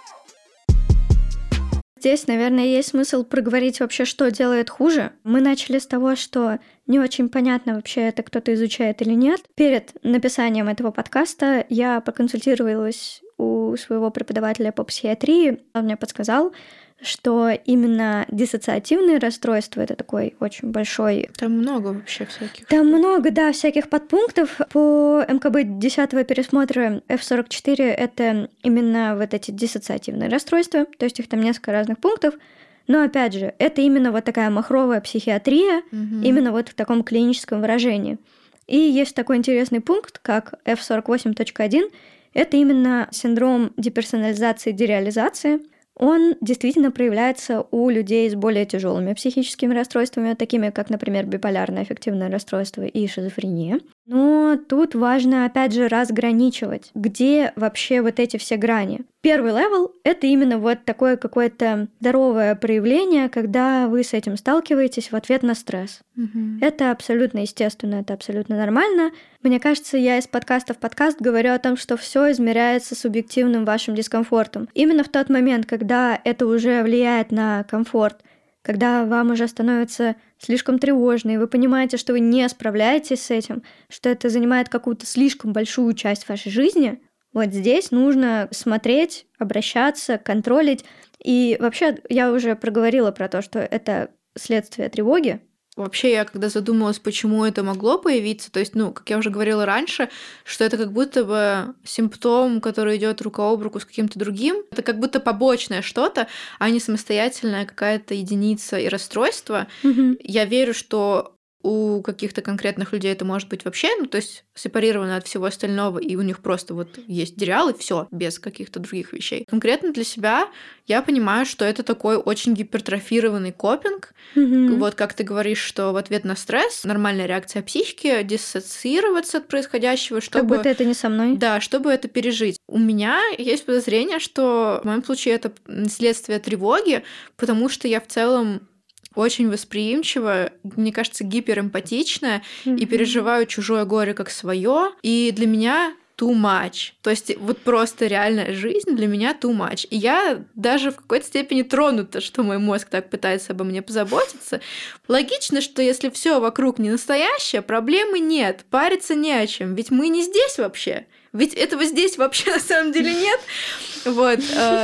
Здесь, наверное, есть смысл проговорить вообще, что делает хуже. Мы начали с того, что не очень понятно вообще, это кто-то изучает или нет. Перед написанием этого подкаста я проконсультировалась у своего преподавателя по психиатрии. Он мне подсказал, что именно диссоциативные расстройства — это такой очень большой... Там много вообще всяких. Там много, да, всяких подпунктов. По МКБ 10-го пересмотра F44 — это именно вот эти диссоциативные расстройства, то есть их там несколько разных пунктов. Но, опять же, это именно вот такая махровая психиатрия, именно вот в таком клиническом выражении. И есть такой интересный пункт, как F48.1. Это именно синдром деперсонализации и дереализации. Он действительно проявляется у людей с более тяжелыми психическими расстройствами, такими как, например, биполярное аффективное расстройство и шизофрения. Но тут важно, опять же, разграничивать, где вообще вот эти все грани. Первый левел — это именно вот такое какое-то здоровое проявление, когда вы с этим сталкиваетесь в ответ на стресс. Это абсолютно естественно, это абсолютно нормально. Мне кажется, я из подкаста в подкаст говорю о том, что все измеряется субъективным вашим дискомфортом. Именно в тот момент, когда это уже влияет на комфорт, когда вам уже становится слишком тревожно, и вы понимаете, что вы не справляетесь с этим, что это занимает какую-то слишком большую часть вашей жизни, вот здесь нужно смотреть, обращаться, контролить. И вообще я уже проговорила про то, что это следствие тревоги. Вообще, я когда задумалась, почему это могло появиться, то есть, как я уже говорила раньше, что это как будто бы симптом, который идет рука об руку с каким-то другим, это как будто побочное что-то, а не самостоятельная какая-то единица и расстройство. Я верю, что у каких-то конкретных людей это может быть вообще, то есть сепарировано от всего остального, и у них просто вот есть дереал, и все, без каких-то других вещей. Конкретно для себя я понимаю, что это такой очень гипертрофированный копинг. Вот как ты говоришь, что в ответ на стресс нормальная реакция психики — диссоциироваться от происходящего, чтобы... Как будто это не со мной. Да, чтобы это пережить. У меня есть подозрение, что в моем случае это следствие тревоги, потому что я в целом очень восприимчива, мне кажется, гиперэмпатичная и переживаю чужое горе как свое. И для меня too much. То есть вот просто реальная жизнь для меня too much. И я даже в какой-то степени тронута, что мой мозг так пытается обо мне позаботиться. Логично, что если все вокруг не настоящее, проблемы нет, париться не о чем. Ведь мы не здесь вообще. Ведь этого здесь вообще на самом деле нет. Вот.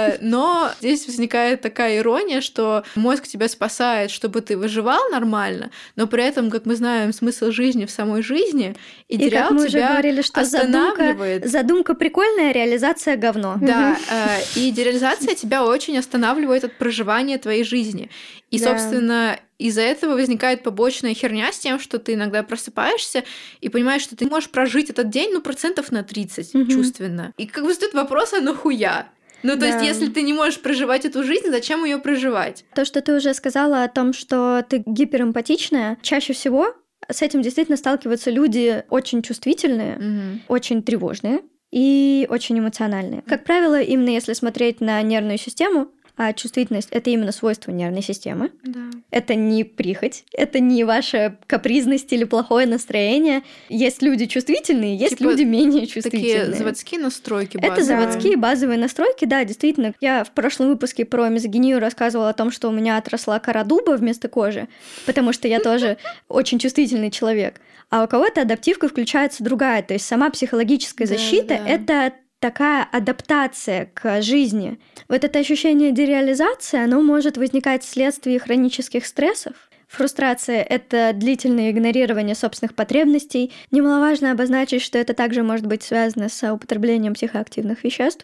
Но здесь возникает такая ирония, что мозг тебя спасает, чтобы ты выживал нормально, но при этом, как мы знаем, смысл жизни в самой жизни, и дереал как мы тебя уже говорили, что останавливает. Задумка прикольная, реализация говно. Да, и дереализация тебя очень останавливает от проживания твоей жизни. И, собственно, из-за этого возникает побочная херня с тем, что ты иногда просыпаешься и понимаешь, что ты можешь прожить этот день, процентов на 30 чувственно. И как бы стоит вопрос, а нахуя? То есть, если ты не можешь проживать эту жизнь, зачем ее проживать? То, что ты уже сказала о том, что ты гиперэмпатичная, чаще всего с этим действительно сталкиваются люди очень чувствительные, очень тревожные и очень эмоциональные. Как правило, именно если смотреть на нервную систему, а чувствительность — это именно свойство нервной системы. Да. Это не прихоть, это не ваша капризность или плохое настроение. Есть люди чувствительные, есть люди менее чувствительные. Такие заводские настройки базовые. Это заводские базовые настройки, да, действительно. Я в прошлом выпуске про мизогинию рассказывала о том, что у меня отросла кора дуба вместо кожи, потому что я тоже очень чувствительный человек. А у кого-то адаптивка включается другая, то есть сама психологическая защита — это такая адаптация к жизни. Вот это ощущение дереализации, оно может возникать вследствие хронических стрессов. Фрустрация — это длительное игнорирование собственных потребностей. Немаловажно обозначить, что это также может быть связано с употреблением психоактивных веществ.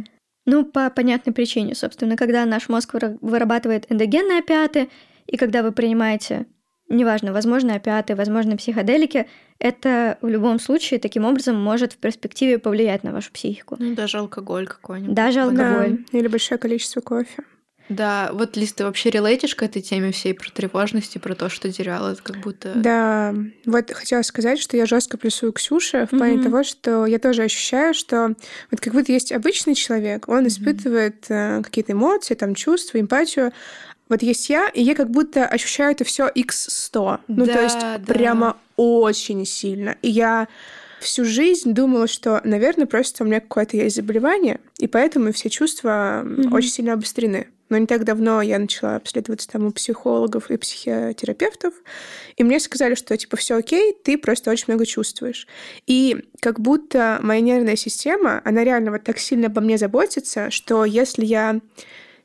По понятной причине, собственно, когда наш мозг вырабатывает эндогенные опиаты, и когда вы принимаете, неважно, возможно, опиаты, возможно, психоделики, это в любом случае таким образом может в перспективе повлиять на вашу психику. Даже алкоголь какой-нибудь. Даже алкоголь. Да, или большое количество кофе. Да, вот, Лиз, ты вообще релейтишь к этой теме всей про тревожность и про то, что дереал, это как будто... Да, вот хотела сказать, что я жестко плюсую Ксюше в плане того, что я тоже ощущаю, что вот как будто есть обычный человек, он испытывает какие-то эмоции, чувства, эмпатию. Вот есть я, и я как будто ощущаю это все x100. То есть прямо очень сильно. И я всю жизнь думала, что, наверное, просто у меня какое-то есть заболевание, и поэтому все чувства очень сильно обострены. Но не так давно я начала обследоваться у психологов и психотерапевтов, и мне сказали, что все окей, ты просто очень много чувствуешь. И как будто моя нервная система, она реально вот так сильно обо мне заботится, что если я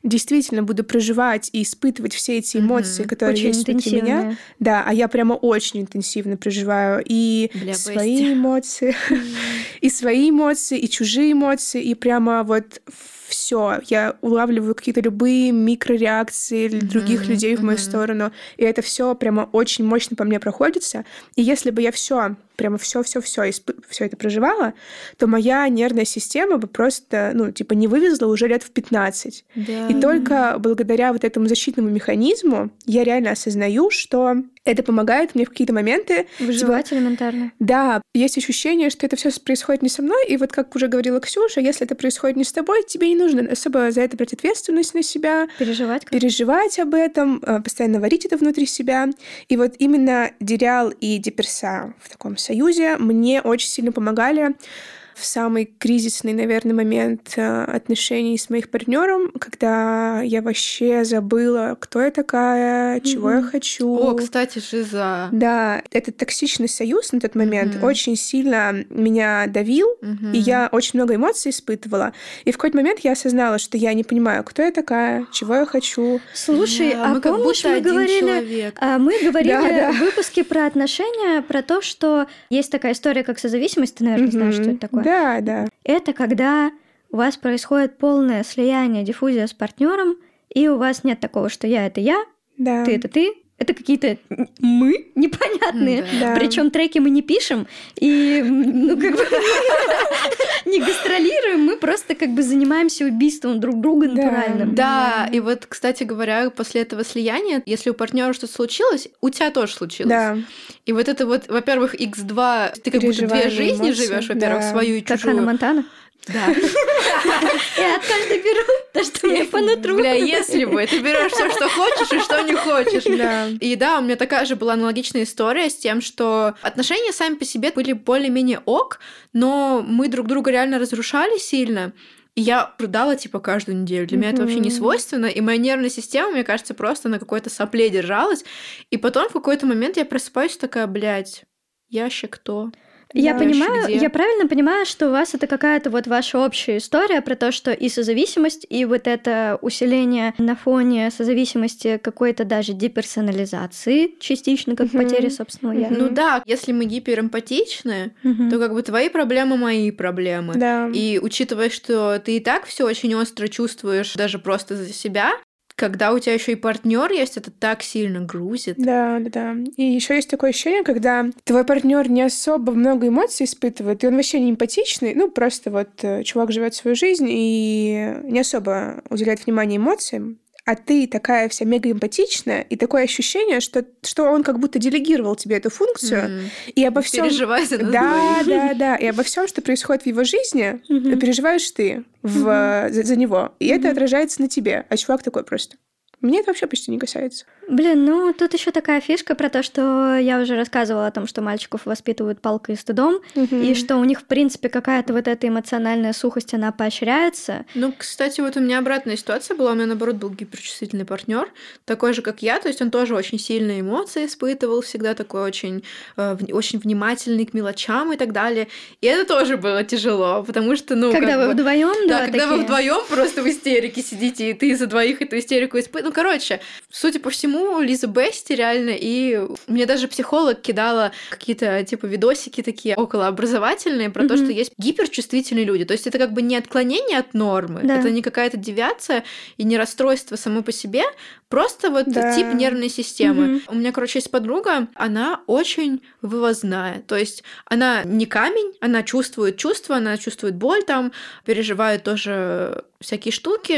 действительно буду проживать и испытывать все эти эмоции, которые Очень есть внутри меня. Да, а я прямо очень интенсивно проживаю и свои эмоции, и свои эмоции, и чужие эмоции, и прямо вот все. Я улавливаю какие-то любые микрореакции других людей в мою сторону, и это все прямо очень мощно по мне проходится. И если бы я все это проживала, то моя нервная система бы просто, не вывезла уже лет в 15. Да. И только благодаря вот этому защитному механизму я реально осознаю, что это помогает мне в какие-то моменты выживать элементарно. Да, есть ощущение, что это все происходит не со мной, и вот как уже говорила Ксюша, если это происходит не с тобой, тебе не нужно особо за это брать ответственность на себя, переживать об этом, постоянно варить это внутри себя. И вот именно Диреал и Диперса в таком союзе мне очень сильно помогали в самый кризисный, наверное, момент отношений с моим партнером, когда я вообще забыла, кто я такая, чего я хочу. О, кстати, жиза. Да, этот токсичный союз на тот момент очень сильно меня давил, и я очень много эмоций испытывала. И в какой-то момент я осознала, что я не понимаю, кто я такая, чего я хочу. Слушай, а помнишь, мы говорили в выпуске про отношения, про то, что есть такая история, как созависимость, ты, наверное, знаешь, что это такое? Да. Это когда у вас происходит полное слияние, диффузия с партнером, и у вас нет такого, что я — это я, ты — это ты. Это какие-то мы непонятные. Причем треки мы не пишем и не гастролируем, мы просто занимаемся убийством друг друга натуральным. Да, и вот, кстати говоря, после этого слияния, если у партнера что-то случилось, у тебя тоже случилось. Да. И вот это вот, во-первых, X2, ты как будто две жизни живешь, во-первых, свою и чужую. Как Ханна Монтана. Да. Я от каждой беру то, что мне по нутру. Бля, если бы ты берешь все, что хочешь, и что не хочешь. И да, у меня такая же была аналогичная история с тем, что отношения сами по себе были более-менее ок, но мы друг друга реально разрушали сильно. И я рыдала, каждую неделю. Для меня это вообще не свойственно. И моя нервная система, мне кажется, просто на какой-то сопле держалась. И потом в какой-то момент я просыпаюсь такая, блядь, я ще кто? Я понимаю, я правильно понимаю, что у вас это какая-то вот ваша общая история про то, что и созависимость, и вот это усиление на фоне созависимости какой-то даже деперсонализации, частично как потеря собственного я. Ну да, если мы гиперэмпатичны, то твои проблемы — мои проблемы. Да. И учитывая, что ты и так все очень остро чувствуешь даже просто за себя, когда у тебя еще и партнер есть, это так сильно грузит. Да. И еще есть такое ощущение, когда твой партнер не особо много эмоций испытывает, и он вообще не эмпатичный, просто вот чувак живет свою жизнь и не особо уделяет внимание эмоциям, а ты такая вся мега эмпатичная, и такое ощущение, что он как будто делегировал тебе эту функцию, и обо всем переживай за нас Да, и обо всем, что происходит в его жизни, переживаешь ты за него, и это отражается на тебе, а чувак такой просто. Меня это вообще почти не касается. Блин, тут еще такая фишка про то, что я уже рассказывала о том, что мальчиков воспитывают палкой и стыдом, и что у них, в принципе, какая-то вот эта эмоциональная сухость, она поощряется. Кстати, вот у меня обратная ситуация была. У меня, наоборот, был гиперчувствительный партнер, такой же, как я. То есть он тоже очень сильные эмоции испытывал, всегда такой очень внимательный к мелочам и так далее. И это тоже было тяжело, потому что, когда вы вдвоем, да, когда вы вдвоем просто в истерике сидите, и ты за двоих эту истерику испытываешь. Короче, судя по всему, Лиза Бести реально, и мне даже психолог кидала какие-то видосики такие околообразовательные про то, что есть гиперчувствительные люди. То есть это не отклонение от нормы, это не какая-то девиация и не расстройство само по себе, просто тип нервной системы. У меня, есть подруга, она очень вывозная. То есть она не камень, она чувствует чувства, она чувствует боль переживает тоже всякие штуки.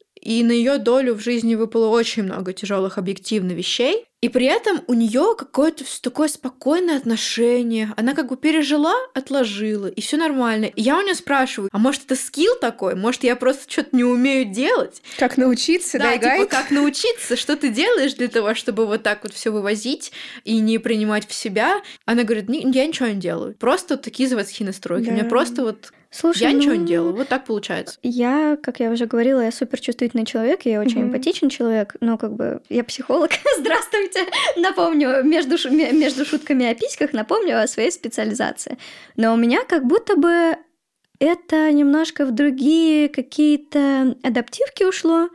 И на ее долю в жизни выпало очень много тяжелых объективно вещей. И при этом у нее какое-то такое спокойное отношение. Она пережила, отложила, и все нормально. И я у нее спрашиваю, а может, это скилл такой? Может, я просто что-то не умею делать? Как научиться, да, как научиться? Что ты делаешь для того, чтобы вот так вот все вывозить и не принимать в себя? Она говорит, я ничего не делаю. Просто такие заводские настройки. У меня просто Слушай, я ничего не делаю. Вот так получается. Я, как я уже говорила, я суперчувствительный человек, я очень эмпатичный человек, но я психолог. Здравствуйте! Напомню, между шутками о письках, напомню о своей специализации. Но у меня как будто бы это немножко в другие какие-то адаптивки ушло.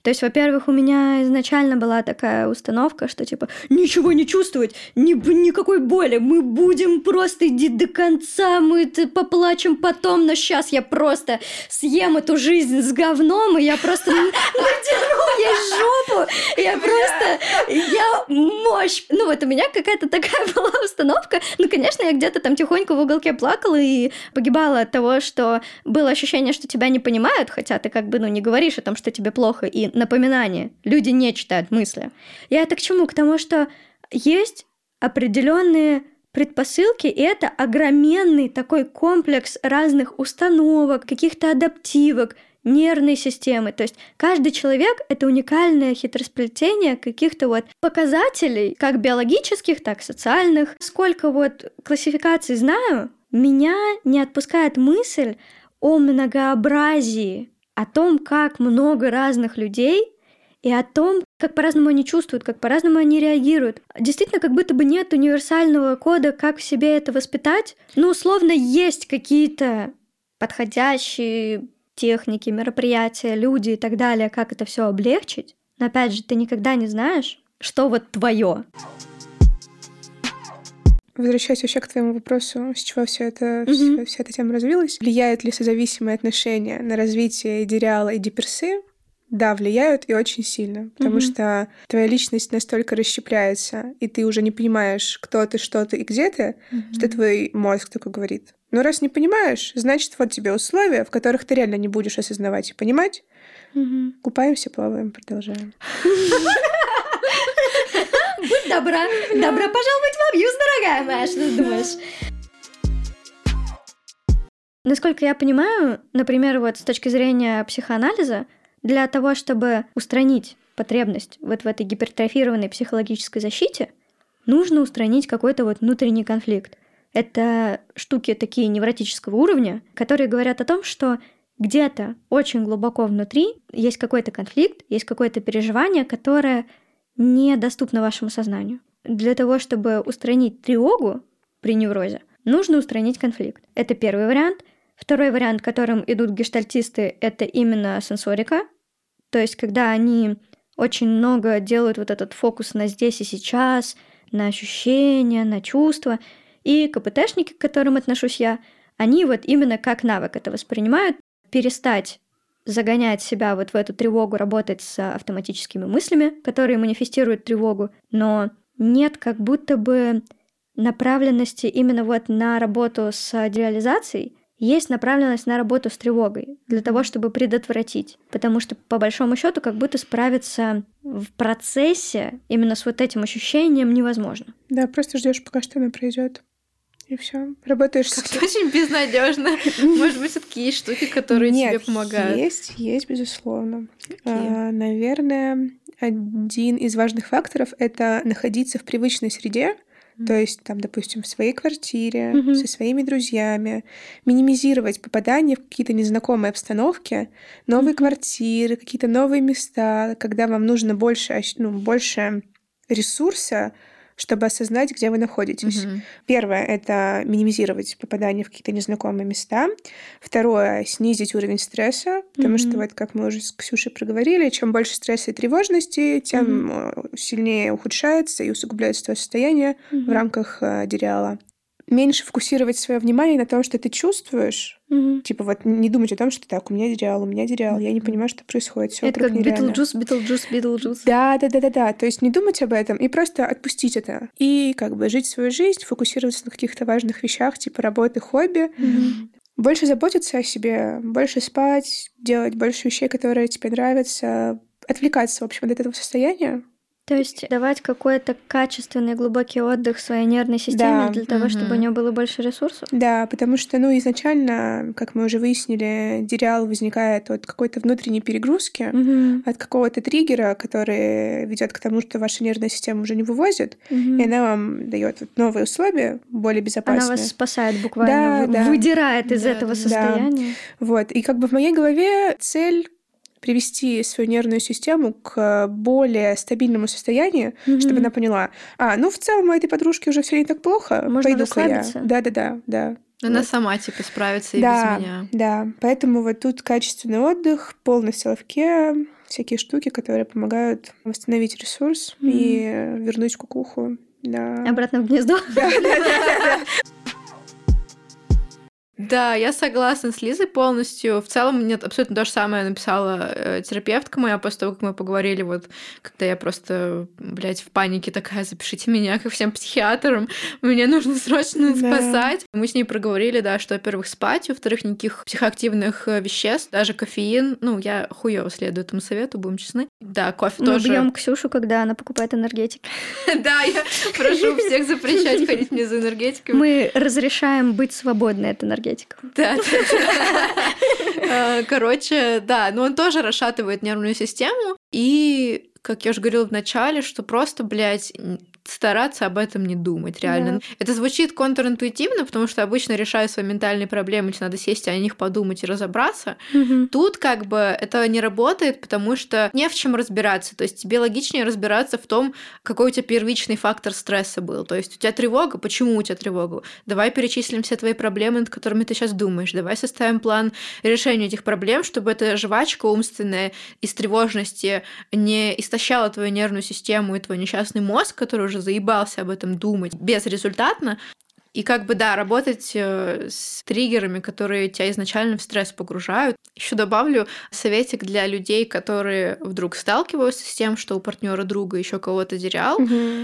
То есть, во-первых, у меня изначально была такая установка, что типа ничего не чувствовать, никакой боли, мы будем просто идти до конца, мы поплачем потом, но сейчас я просто съем эту жизнь с говном, и я просто натяну ей жопу, я мощь. Ну вот у меня какая-то такая была установка. Ну, конечно, я где-то там тихонько в уголке плакала и погибала от того, что было ощущение, что тебя не понимают, хотя ты как бы, не говоришь о том, что тебе плохо, и напоминание. Люди не читают мысли. Я это к чему? К тому, что есть определенные предпосылки, и это огроменный такой комплекс разных установок, каких-то адаптивок, нервной системы. То есть каждый человек — это уникальное хитросплетение каких-то вот показателей, как биологических, так и социальных. Сколько вот классификаций знаю, меня не отпускает мысль о многообразии, о том, как много разных людей, и о том, как по-разному они чувствуют, как по-разному они реагируют. Действительно, как будто бы нет универсального кода, как в себе это воспитать. Условно, есть какие-то подходящие техники, мероприятия, люди и так далее, как это все облегчить. Но опять же, ты никогда не знаешь, что вот твое. Возвращаясь вообще к твоему вопросу, с чего вся эта тема развилась, влияют ли созависимые отношения на развитие идеала и диперсы? Да, влияют и очень сильно, потому что твоя личность настолько расщепляется, и ты уже не понимаешь, кто ты, что ты и где ты, что твой мозг такой говорит. Но раз не понимаешь, значит, вот тебе условия, в которых ты реально не будешь осознавать и понимать. Купаемся, плаваем, продолжаем. Будь добра. Добро пожаловать в абьюз, дорогая моя, что ты думаешь? Насколько я понимаю, например, вот с точки зрения психоанализа, для того, чтобы устранить потребность вот в этой гипертрофированной психологической защите, нужно устранить какой-то вот внутренний конфликт. Это штуки такие невротического уровня, которые говорят о том, что где-то очень глубоко внутри есть какой-то конфликт, есть какое-то переживание, которое недоступно вашему сознанию. Для того, чтобы устранить тревогу при неврозе, нужно устранить конфликт. Это первый вариант. Второй вариант, которым идут гештальтисты, это именно сенсорика. То есть, когда они очень много делают вот этот фокус на здесь и сейчас, на ощущения, на чувства. И КПТшники, к которым отношусь я, они вот именно как навык это воспринимают. Перестать загонять себя вот в эту тревогу, работать с автоматическими мыслями, которые манифестируют тревогу, но нет как будто бы направленности именно вот на работу с реализацией, есть направленность на работу с тревогой для того, чтобы предотвратить. Потому что, по большому счету, как будто справиться в процессе именно с вот этим ощущением невозможно. Да, просто ждешь, пока что оно пройдет. И все. Работаешь как-то очень безнадежно. Может быть, все-таки есть штуки, которые тебе помогают. Есть, безусловно. Наверное, один из важных факторов — это находиться в привычной среде. То есть, там, допустим, в своей квартире, со своими друзьями, минимизировать попадание в какие-то незнакомые обстановки, новые квартиры, какие-то новые места, когда вам нужно больше ресурса, чтобы осознать, где вы находитесь. Первое — это минимизировать попадание в какие-то незнакомые места. Второе — снизить уровень стресса, потому что, вот как мы уже с Ксюшей проговорили, чем больше стресса и тревожности, тем сильнее ухудшается и усугубляется твое состояние в рамках дериала. Меньше фокусировать свое внимание на том, что ты чувствуешь. Типа вот не думать о том, что так, у меня дериал, я не понимаю, что происходит. Всё это как нереально. Битлджус. Да. То есть не думать об этом и просто отпустить это. И как бы жить свою жизнь, фокусироваться на каких-то важных вещах, типа работы, хобби. Больше заботиться о себе, больше спать, делать больше вещей, которые тебе нравятся, отвлекаться, в общем, от этого состояния. То есть давать какой-то качественный глубокий отдых своей нервной системе для того, чтобы у нее было больше ресурсов? Да, потому что, изначально, как мы уже выяснили, дериал возникает от какой-то внутренней перегрузки, от какого-то триггера, который ведет к тому, что ваша нервная система уже не вывозит, и она вам дает новые условия, более безопасные. Она вас спасает буквально, выдирает из этого состояния. Вот. И как бы в моей голове цель привести свою нервную систему к более стабильному состоянию, чтобы она поняла, в целом у этой подружки уже все не так плохо, можно расслабиться. Да. Она сама справится и без меня. Да, поэтому вот тут качественный отдых, полный селф-кер, всякие штуки, которые помогают восстановить ресурс и вернуть кукуху. Да. Обратно в гнездо. Да, я согласна с Лизой полностью. В целом, мне абсолютно то же самое написала терапевтка моя после того, как мы поговорили, вот, когда я просто, блядь, в панике такая: запишите меня ко всем психиатрам, мне нужно срочно спасать. Мы с ней проговорили, да, что, во-первых, спать, во-вторых, никаких психоактивных веществ, даже кофеин. Ну, я хуёво следую этому совету, будем честны. Да, кофе тоже. Мы бьем Ксюшу, когда она покупает энергетики. Да, я прошу всех запрещать ходить мне за энергетиками. Мы разрешаем быть свободной от энергетиков. Да. Короче, да, но он тоже расшатывает нервную систему. И, как я уже говорила в начале, что просто, блядь, стараться об этом не думать, реально. Да. Это звучит контринтуитивно, потому что обычно, решая свои ментальные проблемы, тебе надо сесть, о них подумать и разобраться. Тут как бы это не работает, потому что не в чем разбираться. То есть тебе логичнее разбираться в том, какой у тебя первичный фактор стресса был. То есть у тебя тревога, почему у тебя тревога? Давай перечислим все твои проблемы, над которыми ты сейчас думаешь. Давай составим план решения этих проблем, чтобы эта жвачка умственная из тревожности не истощала твою нервную систему и твой несчастный мозг, который уже заебался об этом думать безрезультатно. И как бы, да, работать с триггерами, которые тебя изначально в стресс погружают. Еще добавлю советик для людей, которые вдруг сталкиваются с тем, что у партнера друга еще кого-то терял.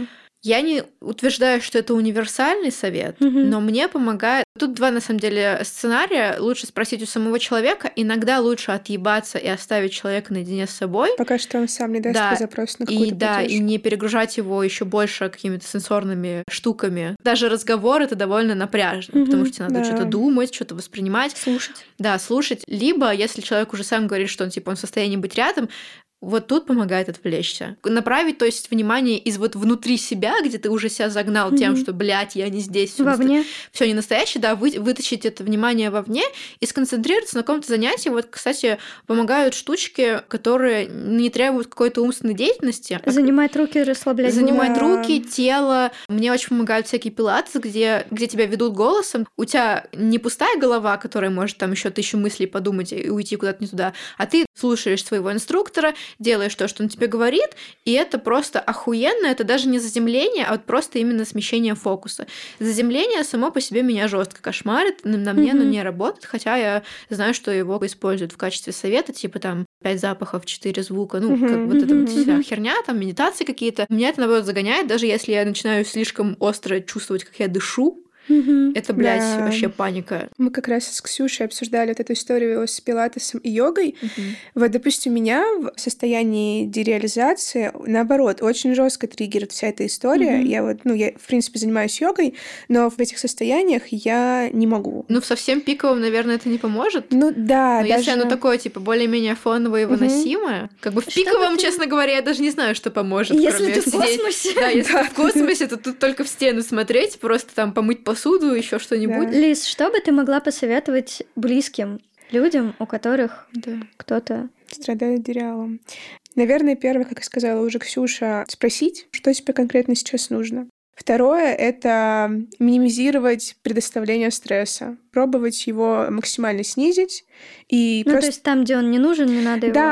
Я не утверждаю, что это универсальный совет, но мне помогает. Тут два, на самом деле, сценария. Лучше спросить у самого человека. Иногда лучше отъебаться и оставить человека наедине с собой. Пока что он сам не даст тебе запрос на какую-то и не перегружать его еще больше какими-то сенсорными штуками. Даже разговор — это довольно напряжно, потому что тебе надо что-то думать, что-то воспринимать. Слушать. Да, слушать. Либо, если человек уже сам говорит, что он в состоянии быть рядом, вот тут помогает отвлечься. Направить, то есть, внимание из вот внутри себя, где ты уже себя загнал тем, что, блядь, я не здесь. Вовне. Все не настоящее, да, вытащить это внимание вовне и сконцентрироваться на каком-то занятии. Вот, кстати, помогают штучки, которые не требуют какой-то умственной деятельности. Занимать руки, расслаблять. Занимать руки, тело. Мне очень помогают всякие пилатес, где тебя ведут голосом. У тебя не пустая голова, которая может там еще 1000 мыслей подумать и уйти куда-то не туда, а ты слушаешь своего инструктора, делаешь то, что он тебе говорит, и это просто охуенно. Это даже не заземление, а вот просто именно смещение фокуса. Заземление само по себе меня жестко кошмарит, на мне оно не работает, хотя я знаю, что его используют в качестве совета, типа там 5 запахов, 4 звука, ну, как вот эта вот вся херня, там, медитации какие-то. Меня это, наоборот, загоняет, даже если я начинаю слишком остро чувствовать, как я дышу. Это, блядь, вообще паника. Мы как раз с Ксюшей обсуждали вот эту историю с пилатесом и йогой. Вот, допустим, меня в состоянии дереализации, наоборот, очень жестко триггерит вся эта история. Я вот, я, в принципе, занимаюсь йогой, но в этих состояниях я не могу. Ну, в совсем пиковом, наверное, это не поможет. Ну, да. Но даже... если оно такое, типа, более-менее фоновое и выносимое, как бы в пиковом, честно говоря, я даже не знаю, что поможет. Если ты в космосе. Да, если ты в космосе, то тут только в стену смотреть, просто там помыть посуду, еще что-нибудь. Да. Лиз, что бы ты могла посоветовать близким людям, у которых кто-то страдает дереалом? Наверное, первое, как и сказала уже Ксюша, спросить, что тебе конкретно сейчас нужно. Второе — это минимизировать предоставление стресса. Пробовать его максимально снизить. И то есть там, где он не нужен, не надо его...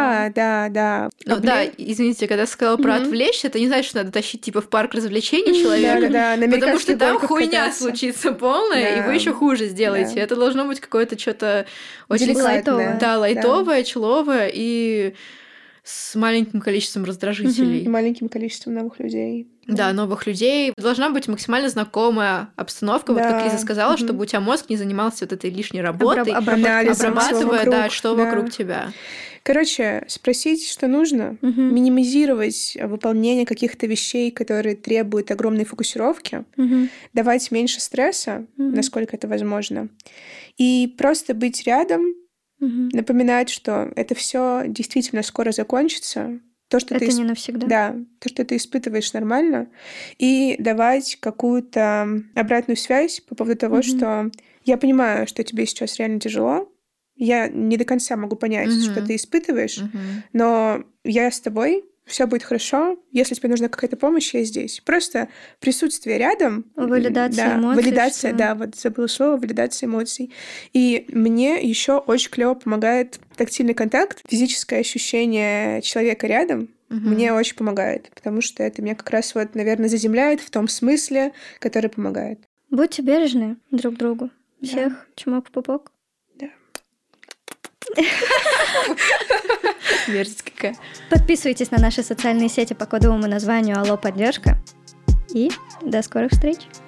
Да. Ну, да, извините, когда сказала про отвлечься, это не значит, что надо тащить типа в парк развлечений человека. Да, потому что там хуйня случится полная, и вы еще хуже сделаете. Это должно быть какое-то что-то очень лайтовое. Да, лайтовое, человое и с маленьким количеством раздражителей. И маленьким количеством новых людей. Да, новых людей. Должна быть максимально знакомая обстановка, вот как Лиза сказала, чтобы у тебя мозг не занимался вот этой лишней работой, обрабатывая, что вокруг тебя. Короче, спросить, что нужно, минимизировать выполнение каких-то вещей, которые требуют огромной фокусировки, давать меньше стресса, насколько это возможно, и просто быть рядом, напоминать, что это все действительно скоро закончится. То, что это не навсегда. Да, то, что ты испытываешь, нормально. И давать какую-то обратную связь по поводу того, что я понимаю, что тебе сейчас реально тяжело. Я не до конца могу понять, что ты испытываешь, но я с тобой. все будет хорошо, если тебе нужна какая-то помощь, я здесь. Просто присутствие рядом. Валидация эмоций. Валидация, да, вот забыла слово, валидация эмоций. И мне еще очень клево помогает тактильный контакт, физическое ощущение человека рядом. Мне очень помогает, потому что это меня как раз вот, наверное, заземляет в том смысле, который помогает. Будьте бережны друг другу. Всех чмок в пупок. Да. Мерзость какая. Подписывайтесь на наши социальные сети по кодовому названию «Алло, поддержка». И до скорых встреч!